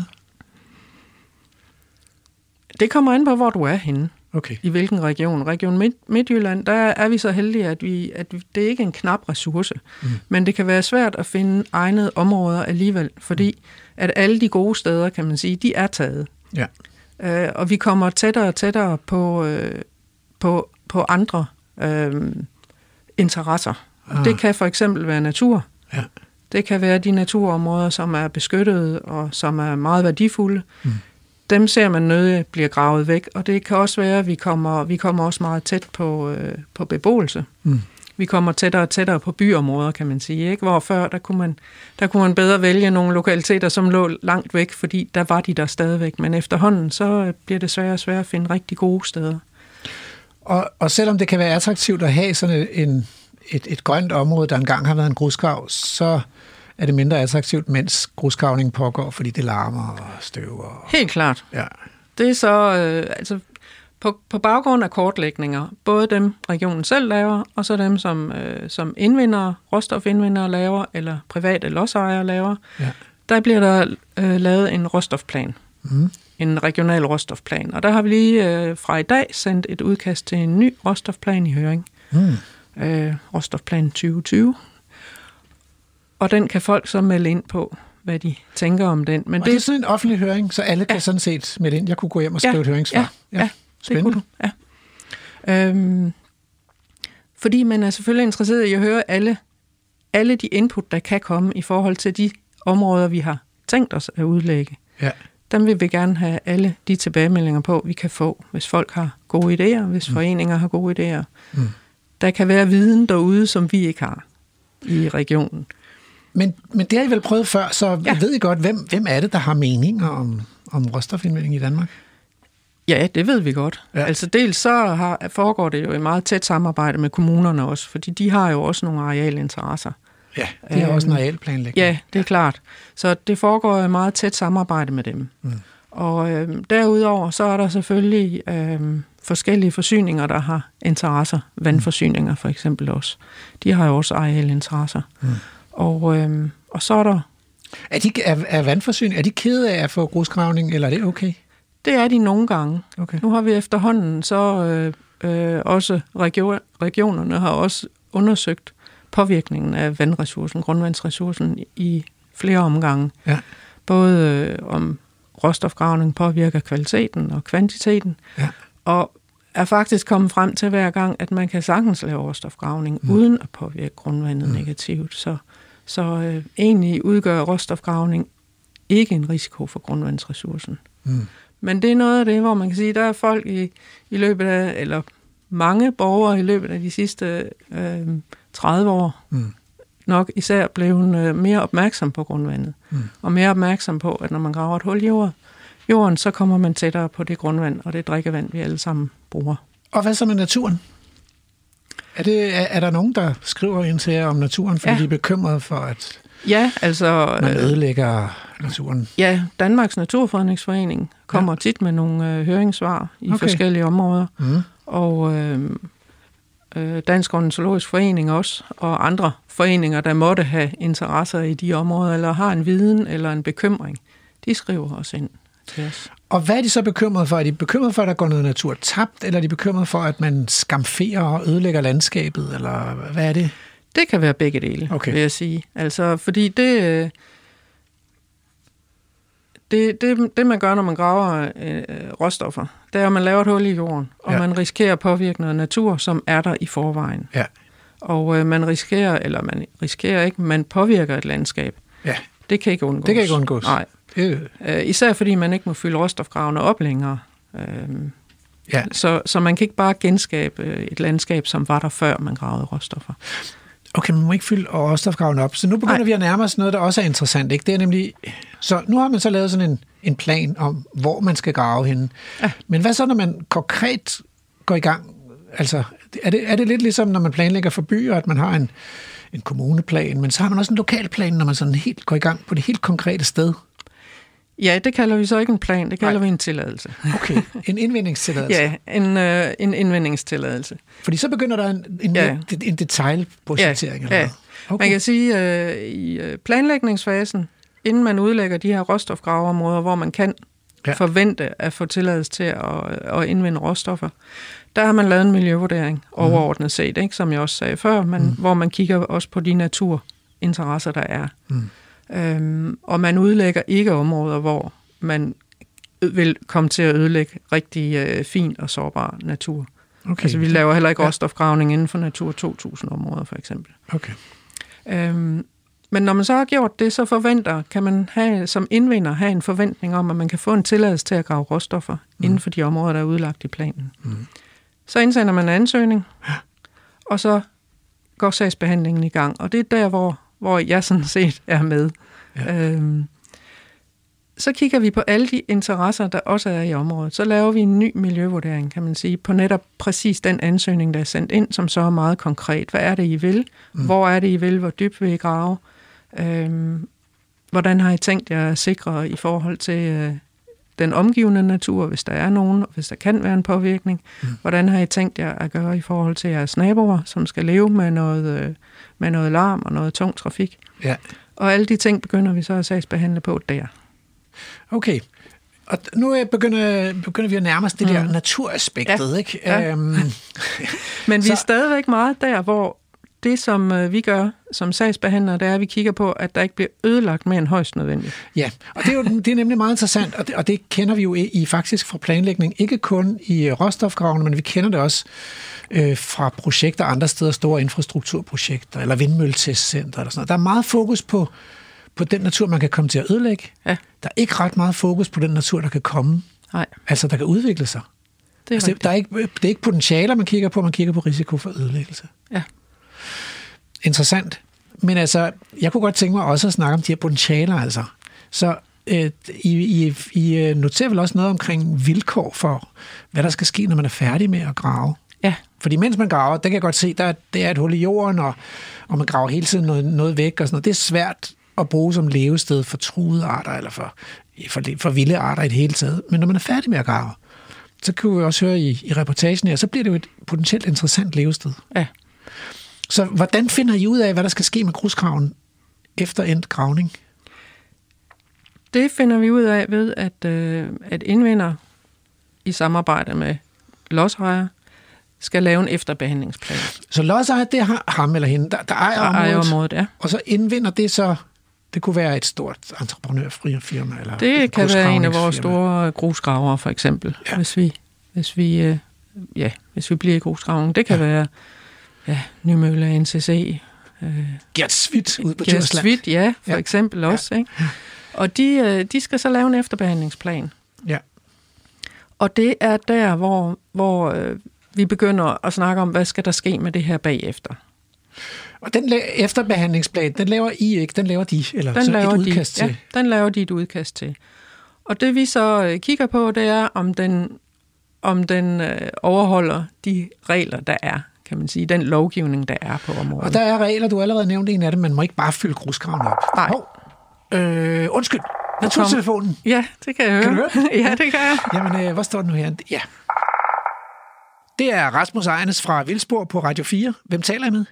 Det kommer an på, hvor du er henne. Okay. I hvilken region. Region Midtjylland, der er vi så heldige, at det er ikke en knap ressource. Men det kan være svært at finde egnede områder alligevel, fordi at alle de gode steder, kan man sige, de er taget. Ja. Og vi kommer tættere og tættere på andre interesser. Det kan for eksempel være natur. Ja. Det kan være de naturområder, som er beskyttede og som er meget værdifulde. Dem ser man nødt bliver gravet væk, og det kan også være, at vi kommer også meget tæt på beboelse. Vi kommer tættere og tættere på byområder, kan man sige, ikke? Hvor før, der kunne man bedre vælge nogle lokaliteter, som lå langt væk, fordi der var de der stadigvæk. Men efterhånden, så bliver det sværere og sværere at finde rigtig gode steder. Og selvom det kan være attraktivt at have sådan et grønt område, der engang har været en grusgrav, så er det mindre attraktivt, mens grusgravningen pågår, fordi det larmer og støver. Helt klart. Ja. Det er så, på baggrund af kortlægninger, både dem regionen selv laver, og så dem, som råstofindvindere laver, eller private lodsejere laver, der bliver der lavet en råstofplan. En regional råstofplan. Og der har vi lige fra i dag sendt et udkast til en ny råstofplan i høring. Råstofplan 2020. Og den kan folk så melde ind på, hvad de tænker om den. Men det er sådan en offentlig høring, så alle kan sådan set melde ind. Jeg kunne gå hjem og skrive et høringssvar. Ja, det kunne du. Ja. Fordi man er selvfølgelig interesseret i at høre alle de input, der kan komme i forhold til de områder, vi har tænkt os at udlægge. Ja. Dem vil vi gerne have alle de tilbagemeldinger på, vi kan få, hvis folk har gode idéer, hvis foreninger har gode idéer. Der kan være viden derude, som vi ikke har i regionen. Men det har I vel prøvet før, så ved I godt, hvem er det, der har meninger om råstofindvinding i Danmark? Ja, det ved vi godt. Ja. Altså dels så foregår det jo i meget tæt samarbejde med kommunerne også, fordi de har jo også nogle arealinteresser. Ja, de har også en arealplanlægning. Ja, det er klart. Så det foregår i meget tæt samarbejde med dem. Og derudover så er der selvfølgelig forskellige forsyninger, der har interesser. Vandforsyninger for eksempel også. De har jo også arealinteresser. Og så er der... Er vandforsyning, er de kede af at få grusgravning, eller er det okay? Det er de nogle gange. Okay. Nu har vi efterhånden så også regionerne har også undersøgt påvirkningen af vandressourcen, grundvandsressourcen i flere omgange. Ja. Både om råstofgravning påvirker kvaliteten og kvantiteten, og er faktisk kommet frem til hver gang, at man kan sagtens lave råstofgravning uden at påvirke grundvandet negativt. Så egentlig udgør råstofgravning ikke en risiko for grundvandsressourcen. Men det er noget af det, hvor man kan sige, der er folk i løbet af, eller mange borgere i løbet af de sidste 30 år, nok især blevet mere opmærksom på grundvandet. Og mere opmærksom på, at når man graver et hul i jorden, så kommer man tættere på det grundvand og det drikkevand, vi alle sammen bruger. Og hvad så med naturen? Er der nogen, der skriver ind til jer om naturen, fordi de er bekymrede for, at man ødelægger naturen? Ja, Danmarks Naturfredningsforening kommer tit med nogle høringssvar i forskellige områder. Og Dansk Ornitologisk Forening også, og andre foreninger, der måtte have interesser i de områder, eller har en viden eller en bekymring, de skriver også ind til os. Og hvad er de så bekymrede for? Er de bekymrede for, at der går noget natur tabt, eller er de bekymrede for, at man skamferer og ødelægger landskabet, eller hvad er det? Det kan være begge dele, vil jeg sige. Altså, fordi det man gør, når man graver råstoffer, det er, at man laver et hul i jorden, og man risikerer at påvirke noget natur, som er der i forvejen. Ja. Og man risikerer ikke, man påvirker et landskab. Ja. Det kan ikke undgås. Det kan ikke undgås. Nej. Især fordi man ikke må fylde råstofgravene op længere. Så man kan ikke bare genskabe et landskab, som var der før man gravede råstoffer. Okay, man må ikke fylde råstofgravene op. Så nu begynder vi at nærme os noget, der også er interessant. Ikke? Det er nemlig... Så nu har man så lavet sådan en plan om, hvor man skal grave henne. Ja. Men hvad så, når man konkret går i gang? Altså, er det lidt ligesom, når man planlægger for byer, at man har en kommuneplan, men så har man også en lokalplan, når man sådan helt går i gang på det helt konkrete sted? Ja, det kalder vi så ikke en plan, det kalder vi en tilladelse. Okay, en indvindingstilladelse? Ja, en indvindingstilladelse. Fordi så begynder der en detailprojektering? Ja. Okay. Man kan sige, i planlægningsfasen, inden man udlægger de her råstofgraveområder, hvor man kan forvente at få tilladelse til at indvinde råstoffer, der har man lavet en miljøvurdering overordnet set, ikke, som jeg også sagde før, hvor man kigger også på de naturinteresser, der er. Og man udlægger ikke områder, hvor man vil komme til at ødelægge rigtig fin og sårbar natur. Okay. Altså, vi laver heller ikke råstofgravning inden for Natur 2000-områder, for eksempel. Okay. Men når man så har gjort det, så kan man som indvinder have en forventning om, at man kan få en tilladelse til at grave råstoffer inden for de områder, der er udlagt i planen. Så indsender man en ansøgning, og så går sagsbehandlingen i gang. Og det er der, hvor jeg sådan set er med. Ja. Så kigger vi på alle de interesser, der også er i området. Så laver vi en ny miljøvurdering, kan man sige, på netop præcis den ansøgning, der er sendt ind, som så er meget konkret. Hvad er det, I vil? Hvor er det, I vil? Hvor dybt vil I grave? Hvordan har I tænkt jer at sikre i forhold til den omgivende natur, hvis der er nogen, hvis der kan være en påvirkning? Hvordan har I tænkt jer at gøre i forhold til jeres naboer, som skal leve med noget larm og noget tung trafik? Ja. Og alle de ting begynder vi så at sagsbehandle på der. Okay. Og nu begynder vi at nærme os det der naturaspektet, ikke? Ja. Men vi er stadigvæk meget der, hvor det, som vi gør som sagsbehandlere, det er, at vi kigger på, at der ikke bliver ødelagt mere end højst nødvendigt. Ja, og det er nemlig meget interessant, og det kender vi jo faktisk fra planlægning, ikke kun i råstofgravene, men vi kender det også fra projekter andre steder, store infrastrukturprojekter, eller vindmølletestcenter, eller sådan noget. Der er meget fokus på den natur, man kan komme til at ødelægge. Ja. Der er ikke ret meget fokus på den natur, der kan komme. Nej. Altså, der kan udvikle sig. Det er ikke potentialer, man kigger på risiko for ødelæggelse. Ja. Interessant. Men altså, jeg kunne godt tænke mig også at snakke om de her potentialer, altså. Så I noterer vel også noget omkring vilkår for, hvad der skal ske, når man er færdig med at grave? Ja. Fordi mens man graver, der kan jeg godt se, der er et hul i jorden, og man graver hele tiden noget væk og sådan noget. Det er svært at bruge som levested for truede arter, eller for vilde arter i det hele taget. Men når man er færdig med at grave, så kan vi også høre i reportagen her, så bliver det jo et potentielt interessant levested. Ja. Så hvordan finder I ud af, hvad der skal ske med grusgraven efter endt gravning? Det finder vi ud af ved, at indvinder i samarbejde med lodsejer skal lave en efterbehandlingsplan. Så lodsejer, det har ham eller hende, der ejer området, ja. Og så indvinder det så, det kunne være et stort entreprenørfirma, eller det kan være en af vores store grusgravere, for eksempel, ja. hvis vi bliver i grusgraven. Det kan være Nymølle, NCC. Gert Svidt ude på Djursland. Ja, for eksempel også. Ikke? Og de skal så lave en efterbehandlingsplan. Ja. Og det er der, hvor vi begynder at snakke om, hvad skal der ske med det her bagefter. Og den efterbehandlingsplan, den laver I ikke, den laver de, eller den så laver et udkast til? Ja, den laver de et udkast til. Og det vi så kigger på, det er, om den overholder de regler, der er, kan man sige, den lovgivning, der er på området. Og der er regler, du allerede nævnte en af dem, man må ikke bare fylde grusgraven op. Nej. Undskyld, naturtelefonen. Ja, det kan jeg høre. Kan du høre den? Ja, det kan jeg. Jamen, hvor står den nu her? Ja. Det er Rasmus Ejernes fra Vildspor på Radio 4. Hvem taler I med?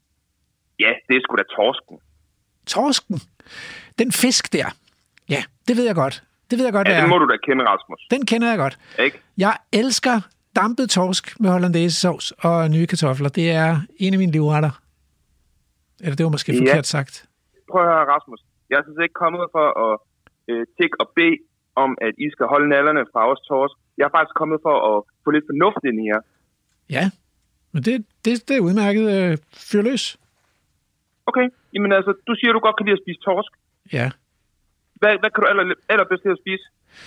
Ja, det er sgu da torsken. Torsken? Den fisk der. Ja, det ved jeg godt. Ja, den må du da kende, Rasmus. Den kender jeg godt. Ikke? Jeg elsker dampet torsk med hollandaisesauce og nye kartofler. Det er en af mine livretter. Eller det var måske forkert sagt. Prøv at høre, Rasmus. Jeg er sådan set ikke kommet for at tikke og bede om, at I skal holde nallerne fra os torsk. Jeg er faktisk kommet for at få lidt fornuft ind i jer. Ja, men det er udmærket. Fyr løs. Okay, jamen altså, du siger, du godt kan lide at spise torsk. Ja. Hvad kan du allerbedst lide at spise?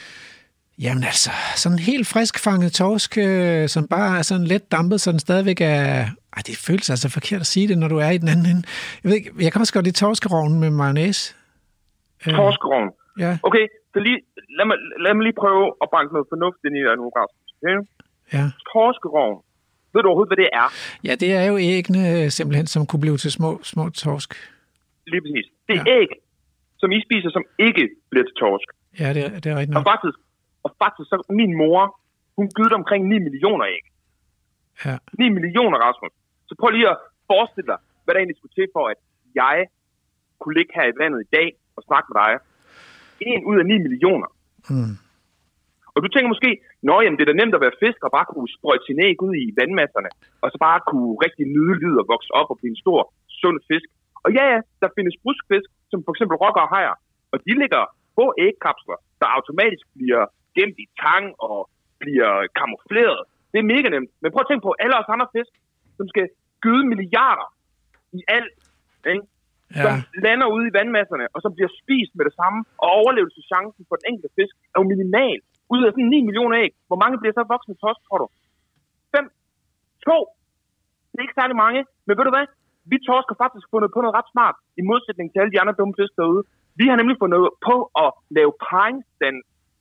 Jamen altså, sådan en helt frisk fanget torsk, som bare er sådan let dampet, så den stadigvæk er... Ej, det føles altså forkert at sige det, når du er i den anden ende. Jeg ved ikke, jeg kan også godt lide torskerovnen med mayonnaise. Torskerovn? Ja. Okay, så lad mig lige prøve at banke noget fornuft ind i dig nu, Rasmus. Okay? Ja. Torskerovn. Ved du overhovedet, hvad det er? Ja, det er jo æggene simpelthen, som kunne blive til små torsk. Lige præcis. Det er æg, som I spiser, som ikke bliver til torsk. Ja, det er rigtigt nok. Og faktisk så min mor, hun gyder omkring 9 millioner æg. Ja. 9 millioner, Rasmus. Så prøv lige at forestille dig, hvad der egentlig skulle til for, at jeg kunne ligge her i vandet i dag og snakke med dig. 1 ud af 9 millioner. Mm. Og du tænker måske, jamen det er da nemt at være fisk og bare kunne sprøjte sin æg ud i vandmasserne, og så bare kunne rigtig nyde livet og vokse op og blive en stor, sund fisk. Og ja, der findes bruskfisk, som for eksempel rokker og hajer, og de ligger på ægkapsler, der automatisk bliver gemt i tang og bliver kamufleret. Det er mega nemt. Men prøv at tænke på alle os andre fisk, som skal gyde milliarder i alt, ikke? Ja. Som lander ude i vandmasserne, og som bliver spist med det samme, og overlevelseschancen for den enkelte fisk er jo minimal. Ud af sådan 9 millioner æg, hvor mange bliver så voksne torsk, tror du? 5? 2? Det er ikke særlig mange, men ved du hvad? Vi torsk har faktisk fundet på noget ret smart, i modsætning til alle de andre dumme fisk derude. Vi har nemlig fundet på at lave parringsstand.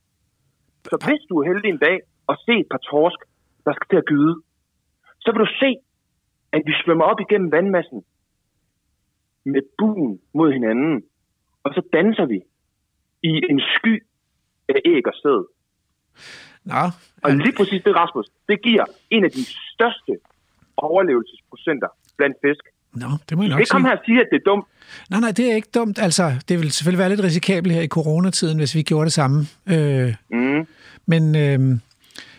Så hvis du er heldig en dag og se et par torsk, der skal til at gyde, så vil du se, at vi svømmer op igennem vandmassen med buen mod hinanden, og så danser vi i en sky af æg og sæd. Nå, og lige præcis det, Rasmus, det giver en af de største overlevelsesprocenter blandt fisk. Nå, det må jeg nok sige. Det kommer her og sige, at det er dumt. Nej, det er ikke dumt. Altså, det vil selvfølgelig være lidt risikabelt her i coronatiden, hvis vi gjorde det samme.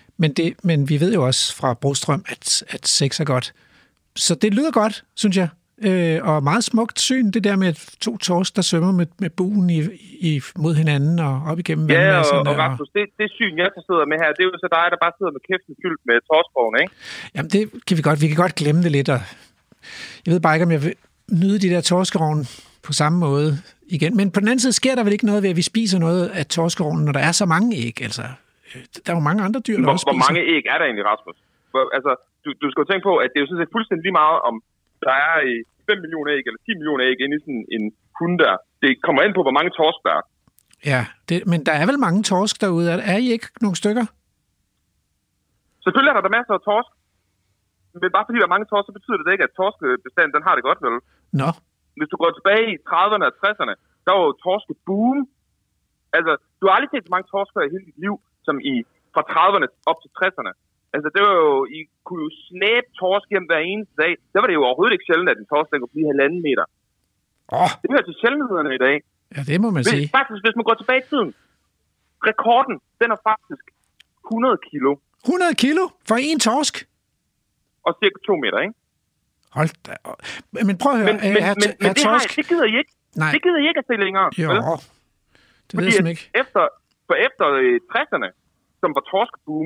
Men vi ved jo også fra Brostrøm, at sex er godt. Så det lyder godt, synes jeg. og meget smukt syn, det der med 2 torsk, der svømmer med buen mod hinanden og op igennem vandmasserne. Ja, og Rasmus, det syn, jeg sidder med her, det er jo så dig, der bare sidder med kæften fyldt med torskroven, ikke? Jamen, det kan vi kan godt glemme det lidt, og jeg ved bare ikke, om jeg vil nyde de der torskeroven på samme måde igen. Men på den anden side sker der vel ikke noget ved, at vi spiser noget af torskeroven, når der er så mange æg, altså. Der er jo mange andre dyr, der også spiser. Hvor mange æg er der egentlig, Rasmus? Altså, du skal jo tænke på, at det er jo sådan set fuldstændig lige meget, om der er 5 millioner æg eller 10 millioner æg inde i sådan en hund der. Det kommer ind på, hvor mange torsk der er. Ja, men der er vel mange torsk derude. Er I ikke nogle stykker? Selvfølgelig er der masser af torsk. Men bare fordi der er mange torsk, så betyder det ikke, at torskebestanden den har det godt, vel? Nå. Hvis du går tilbage i 30'erne og 60'erne, der var jo torskeboom. Altså, du har aldrig set så mange torsker i hele dit liv, som fra 30'erne op til 60'erne. Altså, det var jo, I kunne jo snæbe torsk hjem hver eneste dag. Der var det jo overhovedet ikke sjældent, at en torsk kunne blive 1,5 meter. Det hører til sjældenhederne i dag. Ja, det må man sige. Faktisk, hvis man går tilbage i tiden, rekorden, den er faktisk 100 kilo. 100 kilo for en torsk? Og cirka 2 meter, ikke? Hold da. Men prøv at høre. Men det gider I ikke. Nej. Det gider I ikke at se længere. Jo, vel? Det ved jeg ikke. Efter 60'erne, som var torskeboom,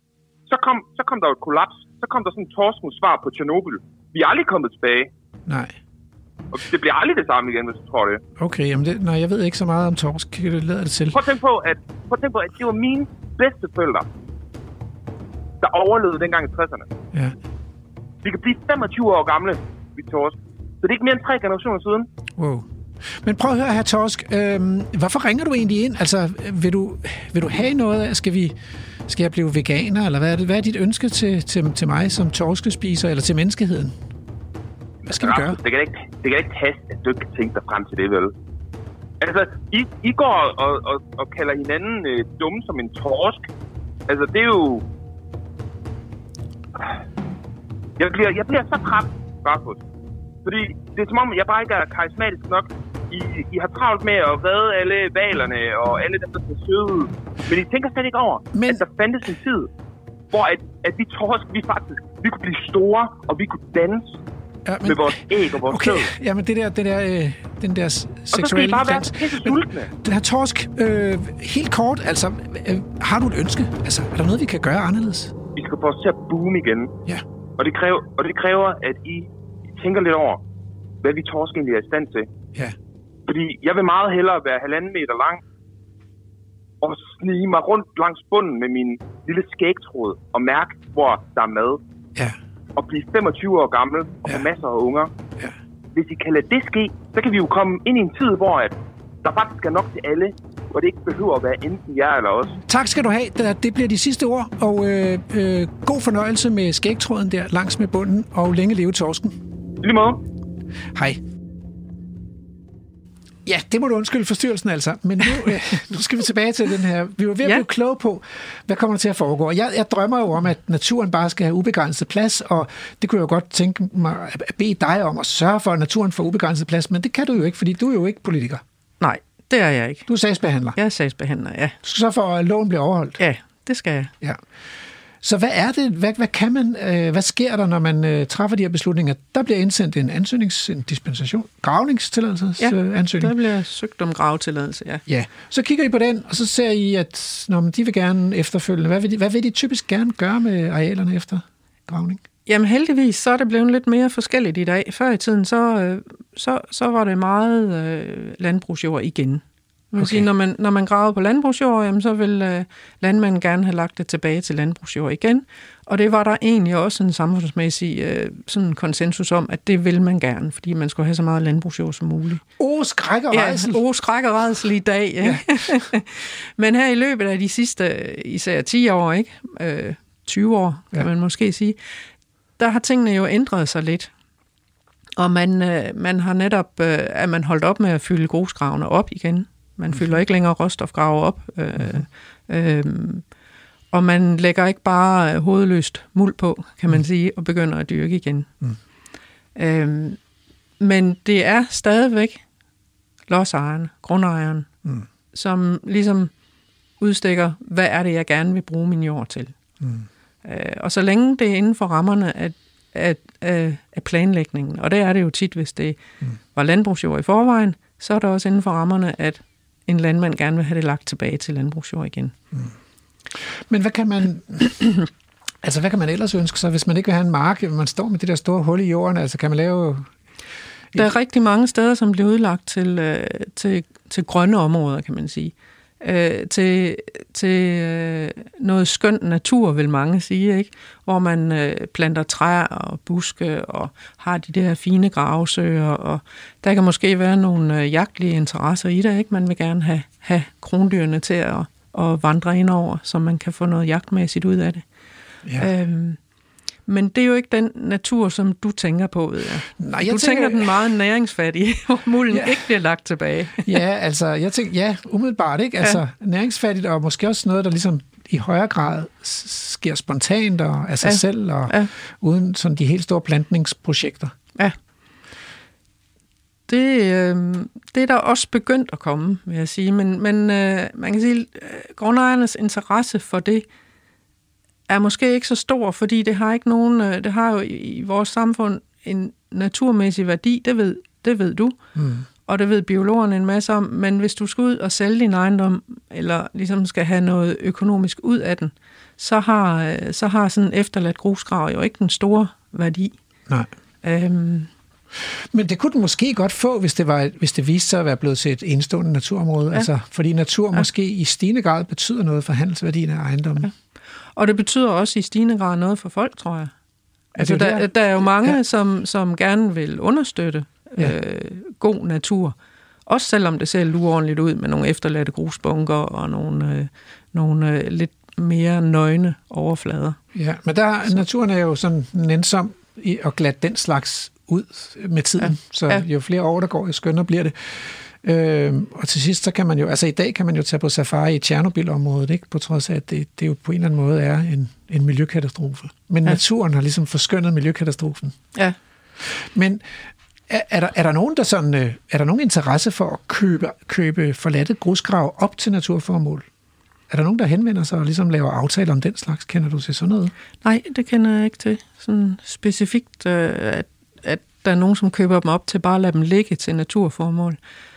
så kom der et kollaps. Så kom der sådan en torskensvar på Tjernobyl. Vi er aldrig kommet tilbage. Nej. Og det bliver aldrig det samme igen, hvis du tror det. Okay, jamen jeg ved ikke så meget om torsk. Det lader det til. Prøv at tænke på, at det var mine bedste forældre, der overlevede dengang i 60'erne. Ja. Vi kan blive 25 år gamle, vi torsk. Så det er ikke mere end 3 generationer siden. Wow. Men prøv at høre her, Torsk. Hvorfor ringer du egentlig ind? Altså, vil du have noget af? Skal jeg blive veganer? Eller hvad er dit ønske til mig som torskespiser, eller til menneskeheden? Hvad skal vi gøre? Det kan ikke passe, at du ikke kan tænke dig frem til det, vel? Altså, I går og kalder hinanden dumme som en torsk. Altså, det er jo... Jeg bliver så træt, Rasmus. Fordi det er som om, jeg bare ikke er karismatisk nok. I har travlt med at redde alle hvalerne og alle dem, der skal søde. Men I tænker slet ikke over, at der fandtes en tid, hvor at vi torsk, vi kunne blive store, og vi kunne danse med vores æg og vores kød. Jamen den der seksuelle... Og så skal I bare være pisse sultne. Den her Torsk, helt kort, altså, har du et ønske? Altså, er der noget, vi kan gøre anderledes? Vi skal få os til at boome igen. Ja. Og det kræver, at I tænker lidt over, hvad vi torsk egentlig er i stand til. Ja. Fordi jeg vil meget hellere være 1,5 meter lang og snige mig rundt langs bunden med min lille skægtråd og mærke, hvor der er mad. Ja. Og blive 25 år gammel og få masser af unger. Ja. Hvis I kan lade det ske, så kan vi jo komme ind i en tid, hvor at der faktisk er nok til alle, hvor det ikke behøver at være enten jer eller os. Tak skal du have. Det bliver de sidste ord, og god fornøjelse med skægtråden der langs med bunden, og længe leve torsken. I lige måde. Hej. Ja, det må du undskylde forstyrrelsen altså, men nu skal vi tilbage til den her. Vi var ved at blive kloge på, hvad kommer der til at foregå. Jeg drømmer jo om, at naturen bare skal have ubegrænset plads, og det kunne jeg jo godt tænke mig at bede dig om at sørge for, at naturen får ubegrænset plads, men det kan du jo ikke, fordi du er jo ikke politiker. Nej, det er jeg ikke. Du er sagsbehandler. Jeg er sagsbehandler, ja. Du skal så for, at loven bliver overholdt. Ja, det skal jeg. Ja. Så hvad er det? Hvad kan man? Hvad sker der, når man træffer de her beslutninger? Der bliver indsendt en dispensation, gravningstilladelsesansøgning. Ja, der bliver søgt om gravetilladelse, ja. Ja, så kigger I på den, og så ser I, at de vil gerne efterfølgende. Hvad vil de typisk gerne gøre med arealerne efter gravning? Jamen heldigvis, så er det blevet lidt mere forskelligt i dag. Før i tiden, så var det meget landbrugsjord igen. Man sige, når man gravede på landbrugsjord, jamen, så vil landmanden gerne have lagt det tilbage til landbrugsjord igen. Og det var der egentlig også en samfundsmæssig sådan konsensus om, at det vil man gerne, fordi man skulle have så meget landbrugsjord som muligt. Skræk og rædsel. Ja, skræk og rædsel i dag. Ja. Men her i løbet af de sidste, især 10 år, ikke? 20 år, kan man måske sige, der har tingene jo ændret sig lidt. Og man har netop, at man holdt op med at fylde grusgravene op igen. Man fylder ikke længere råstofgrave op, og man lægger ikke bare hovedløst muld på, kan man sige, og begynder at dyrke igen. Men det er stadigvæk lodsejeren, grundejeren, som ligesom udstikker, hvad er det, jeg gerne vil bruge min jord til. Og så længe det er inden for rammerne af planlægningen. Og det er det jo tit, hvis det var landbrugsjord i forvejen, så er der også inden for rammerne, at en landmand gerne vil have det lagt tilbage til landbrugsjord igen. Men hvad kan man... Altså, hvad kan man ellers ønske sig, hvis man ikke vil have en mark? Man står med det der store hul i jorden, altså kan man lave... Der er rigtig mange steder, som bliver udlagt til grønne områder, kan man sige. Til noget skønt natur, vil mange sige, ikke? Hvor man planter træer og buske og har de der fine gravsøer, og der kan måske være nogle jagtlige interesser i det, ikke? Man vil gerne have krondyrene til at vandre ind over, så man kan få noget jagtmæssigt ud af det. Ja. Men det er jo ikke den natur, som du tænker på, ved jeg. Nej, du tænker den meget næringsfattige, hvor mulden ikke bliver lagt tilbage. Ja, altså, jeg tænker, umiddelbart, ikke? Altså, næringsfattigt, og måske også noget, der ligesom i højere grad sker spontant og af sig selv, og uden sådan de helt store plantningsprojekter. Ja. Det er der også begyndt at komme, vil jeg sige. Men man kan sige, grundejernes interesse for det er måske ikke så stor, fordi det har ikke nogen, det har jo i vores samfund en naturmæssig værdi, det ved du, og det ved biologerne en masse om, men hvis du skal ud og sælge din ejendom, eller ligesom skal have noget økonomisk ud af den, så har sådan en efterladt grusgrav jo ikke den store værdi. Nej. Men det kunne den måske godt få, hvis det viste sig at være blevet til et enestående naturområde, altså, fordi natur måske i stigende grad betyder noget for handelsværdien af ejendommen. Ja. Og det betyder også i stigende grad noget for folk, tror jeg. Altså, der er jo mange, som gerne vil understøtte god natur. Også selvom det ser uordentligt ud med nogle efterladte grusbunker og nogle lidt mere nøgne overflader. Ja, men naturen er jo sådan nænsom i at glatte den slags ud med tiden. Så jo flere år der går, jo skønnere bliver det. Og til sidst, så kan man jo, altså i dag kan man jo tage på safari i Tjernobyl-området, ikke? På trods af, at det jo på en eller anden måde er en miljøkatastrofe. Men naturen har ligesom forskønnet miljøkatastrofen. Ja. Men er der nogen, er der nogen interesse for at købe forladte grusgrav op til naturformål? Er der nogen, der henvender sig og ligesom laver aftaler om den slags? Kender du til sådan noget? Nej, det kender jeg ikke til. Sådan specifikt, at der er nogen, som køber dem op til bare at lade dem ligge til naturformål.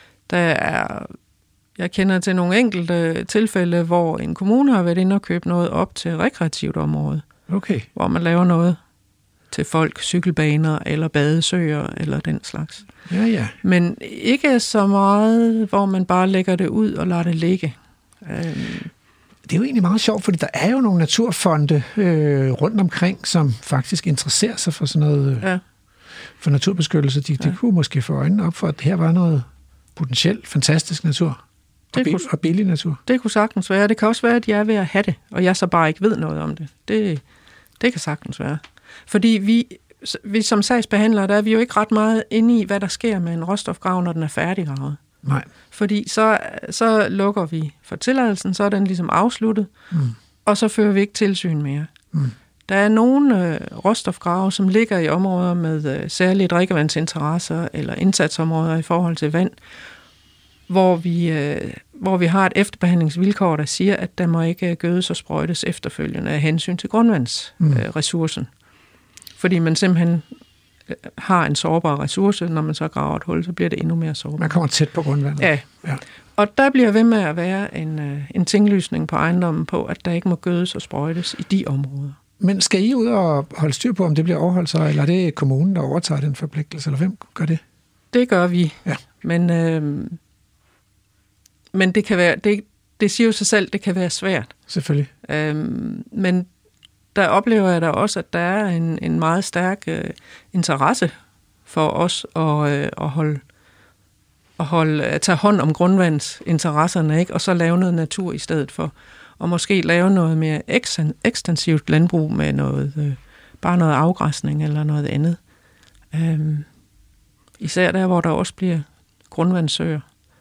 Jeg kender til nogle enkelte tilfælde, hvor en kommune har været inde og købe noget op til rekreativt område. Okay. Hvor man laver noget til folk, cykelbaner eller badesøer eller den slags. Ja. Men ikke så meget, hvor man bare lægger det ud og lader det ligge. Det er jo egentlig meget sjovt, fordi der er jo nogle naturfonde rundt omkring, som faktisk interesserer sig for sådan noget for naturbeskyttelse. De kunne måske få øjnene op for, at her var noget potentielt fantastisk natur og billig natur. Det kunne sagtens være. Det kan også være, at jeg er ved at have det, og jeg så bare ikke ved noget om det. Det kan sagtens være. Fordi vi som sagsbehandlere, der er vi jo ikke ret meget inde i, hvad der sker med en råstofgrav, når den er færdiggravet. Nej. Fordi så lukker vi for tilladelsen, så er den ligesom afsluttet, og så fører vi ikke tilsyn mere. Der er nogle råstofgrave, som ligger i områder med særlige drikkevandsinteresser eller indsatsområder i forhold til vand, hvor vi har et efterbehandlingsvilkår, der siger, at der må ikke gødes og sprøjtes efterfølgende af hensyn til grundvandsressourcen. Fordi man simpelthen har en sårbar ressource, når man så graver et hul, så bliver det endnu mere sårbart. Man kommer tæt på grundvandet. Ja. Og der bliver ved med at være en tinglysning på ejendommen på, at der ikke må gødes og sprøjtes i de områder. Men skal I ud og holde styr på, om det bliver overholdt så, eller er det kommunen, der overtager den forpligtelse, eller hvem gør det? Det gør vi. Ja. Men det kan være, det siger jo sig selv, det kan være svært. Selvfølgelig. Men der oplever jeg da også, at der er en meget stærk interesse for os at tage hånd om grundvandsinteresserne, ikke? Og så lave noget natur i stedet for. Og måske lave noget mere ekstensivt landbrug med bare noget afgræsning eller noget andet. Især der, hvor der også bliver grundvandssøer.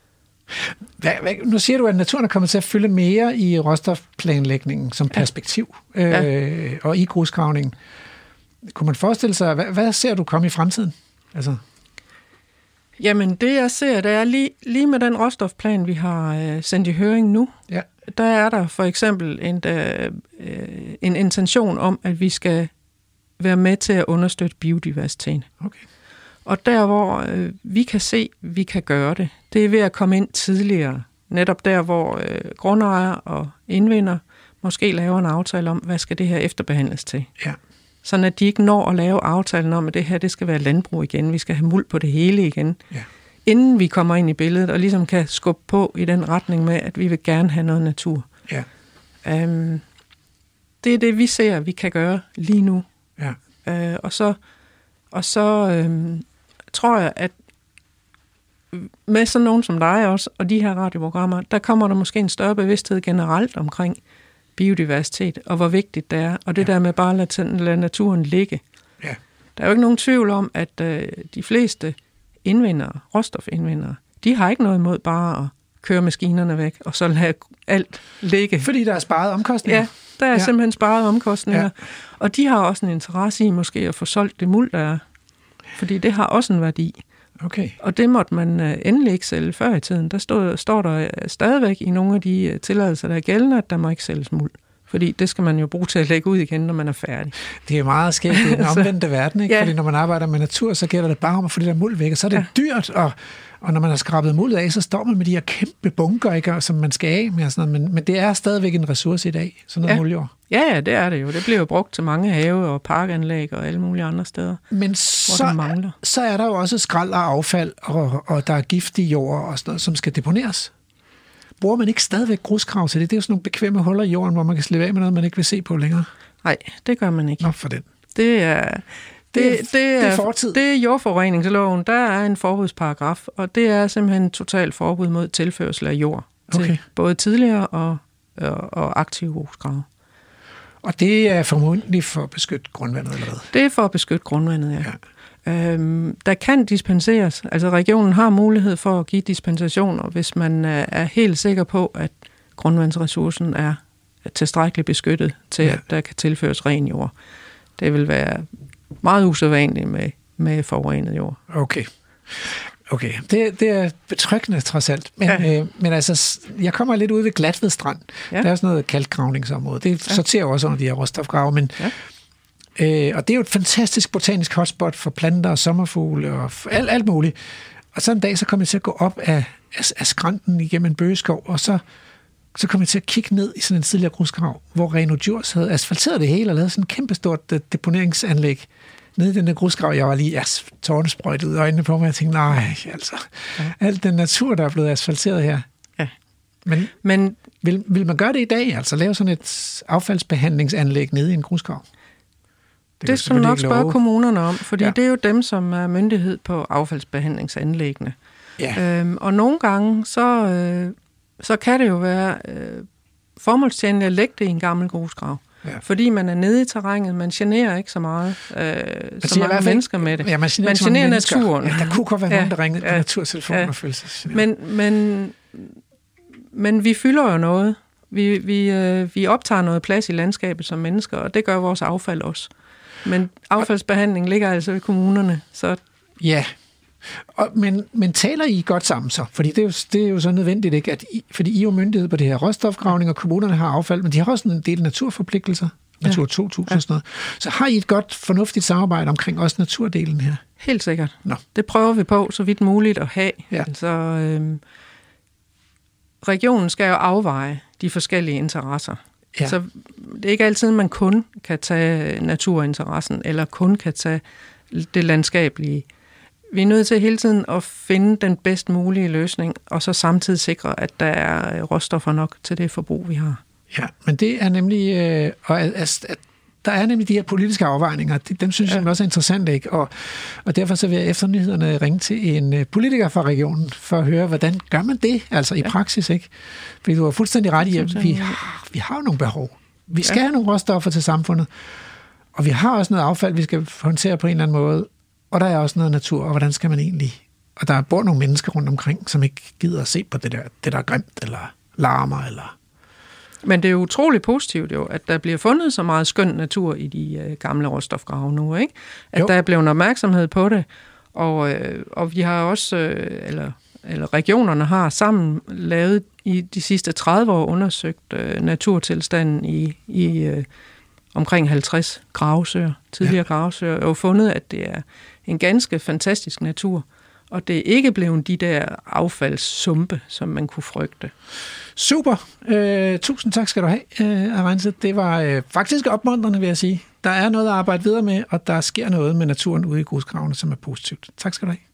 Nu siger du, at naturen er kommet til at fylde mere i råstofplanlægningen som perspektiv og i grusgravningen. Kunne man forestille sig, hvad ser du komme i fremtiden? Altså... Jamen, det jeg ser, det er lige med den råstofplan, vi har sendt i høring nu, der er der for eksempel en intention om, at vi skal være med til at understøtte biodiversiteten. Okay. Og der, hvor vi kan se, vi kan gøre det, det er ved at komme ind tidligere. Netop der, hvor grundejere og indvinder måske laver en aftale om, hvad skal det her efterbehandles til. Ja. Sådan at de ikke når at lave aftalen om, at det her det skal være landbrug igen. Vi skal have muld på det hele igen. Ja. Inden vi kommer ind i billedet, og ligesom kan skubbe på i den retning med, at vi vil gerne have noget natur. Ja. Det er det, vi ser, vi kan gøre lige nu. Ja. Og så tror jeg, at med sådan nogen som dig også, og de her radioprogrammer, der kommer der måske en større bevidsthed generelt omkring biodiversitet, og hvor vigtigt det er, og det der med bare at lade naturen ligge. Ja. Der er jo ikke nogen tvivl om, at de fleste indvindere, råstofindvindere, de har ikke noget imod bare at køre maskinerne væk, og så lade alt ligge. Fordi der er sparet omkostninger? Ja, der er simpelthen sparet omkostninger. Ja. Og de har også en interesse i måske at få solgt det muld, der er. Fordi det har også en værdi. Okay. Og det måtte man endelig ikke sælge før i tiden. Der står der stadigvæk i nogle af de tilladelser, der er gældende, at der må ikke sælges muld. Fordi det skal man jo bruge til at lægge ud igen, når man er færdig. Det er meget skægt i den omvendte verden, ikke? Ja. Fordi når man arbejder med natur, så gælder det bare om at få det der muld væk, og så er det dyrt, og når man har skrabet muld af, så står man med de her kæmpe bunker, ikke, som man skal af med. Og sådan noget. Men det er stadigvæk en ressource i dag, sådan noget muldjord. Ja, det er det jo. Det bliver jo brugt til mange have og parkanlæg og alle mulige andre steder, men så er der jo også skrald og affald, og der er giftig jord og sådan noget, som skal deponeres. Bruger man ikke stadigvæk gruskrav til det? Det er jo sådan nogle bekvemme huller i jorden, hvor man kan slippe af med noget, man ikke vil se på længere. Nej, det gør man ikke. Nå, for den. Det er fortid. Det er jordforureningsloven. Der er en forbudsparagraf, og det er simpelthen et totalt forbud mod tilførsel af jord til både tidligere og aktive grusgrave. Og det er formodentlig for at beskytte grundvandet, eller hvad? Det er for at beskytte grundvandet, ja. Der kan dispenseres. Altså regionen har mulighed for at give dispensationer, hvis man er helt sikker på, at grundvandsressourcen er tilstrækkeligt beskyttet til, at der kan tilføres ren jord. Det vil være meget usædvanligt med forurenet jord. Okay. Det er betryggende trods alt. Men altså, jeg kommer lidt ud ved Glatved Strand. Ja. Der er sådan noget kalkgravningsområde. Det sorterer også under de her råstofgrave, men og det er jo et fantastisk botanisk hotspot for planter og sommerfugle og alt muligt. Og så en dag, så kom jeg til at gå op af skrænten igennem en bøgeskov, og så kom jeg til at kigge ned i sådan en tidligere grusgrav, hvor Reno Djurs havde asfalteret det hele og lavet sådan en kæmpestort deponeringsanlæg nede i den der grusgrav. Jeg var lige tårnesprøjtet ud af øjnene på mig, og jeg tænkte, nej, altså, alt den natur, der er blevet asfalteret her. Ja. Men vil man gøre det i dag, altså lave sådan et affaldsbehandlingsanlæg nede i en grusgrav? Det skal man nok spørge kommunerne om, fordi det er jo dem, som er myndighed på affaldsbehandlingsanlæggene. Ja. Og nogle gange, så kan det jo være formålstjenligt at lægge det i en gammel grusgrav. Ja. Fordi man er nede i terrænet, man generer ikke så meget, så mange mennesker med det. Ja, man generer naturen. Ja, der kunne godt være nogen, der ringede på naturtelefonen og følte sig generet. Men vi fylder jo noget. Vi optager noget plads i landskabet som mennesker, og det gør vores affald også. Men affaldsbehandling ligger altså i kommunerne. Så ja, men taler I godt sammen så? Fordi det er jo så nødvendigt, ikke? Fordi I er jo myndighed på det her råstofgravning, og kommunerne har affald, men de har også en del naturforpligtelser, Natur 2000 og sådan noget. Så har I et godt, fornuftigt samarbejde omkring også naturdelen her? Helt sikkert. Det prøver vi på, så vidt muligt at have. Ja. Altså, regionen skal jo afveje de forskellige interesser. Ja. Så det er ikke altid, man kun kan tage naturinteressen, eller kun kan tage det landskabelige. Vi er nødt til hele tiden at finde den bedst mulige løsning, og så samtidig sikre, at der er råstoffer nok til det forbrug, vi har. Ja, men det er nemlig, der er nemlig de her politiske afvejninger, dem synes jeg også er interessante, ikke? Og derfor så vil jeg efter nyhederne ringe til en politiker fra regionen, for at høre, hvordan gør man det, altså i praksis, ikke? Fordi du har fuldstændig ret i, at vi har jo nogle behov. Vi skal have nogle råstoffer til samfundet, og vi har også noget affald, vi skal håndtere på en eller anden måde, og der er også noget natur, og hvordan skal man egentlig... Og der bor nogle mennesker rundt omkring, som ikke gider at se på det der er grimt, eller larmer, eller... Men det er jo utroligt positivt jo, at der bliver fundet så meget skøn natur i de gamle råstofgrave nu, ikke? At der er blevet opmærksomhed på det, og vi har også, eller regionerne har sammen lavet i de sidste 30 år undersøgt naturtilstanden omkring 50 gravesøer, tidligere gravesøer, og fundet, at det er en ganske fantastisk natur, og det er ikke blevet de der affaldssumpe, som man kunne frygte. Super. Tusind tak skal du have, Arantxa. Det var faktisk opmuntrende, vil jeg sige. Der er noget at arbejde videre med, og der sker noget med naturen ude i grusgravene, som er positivt. Tak skal du have.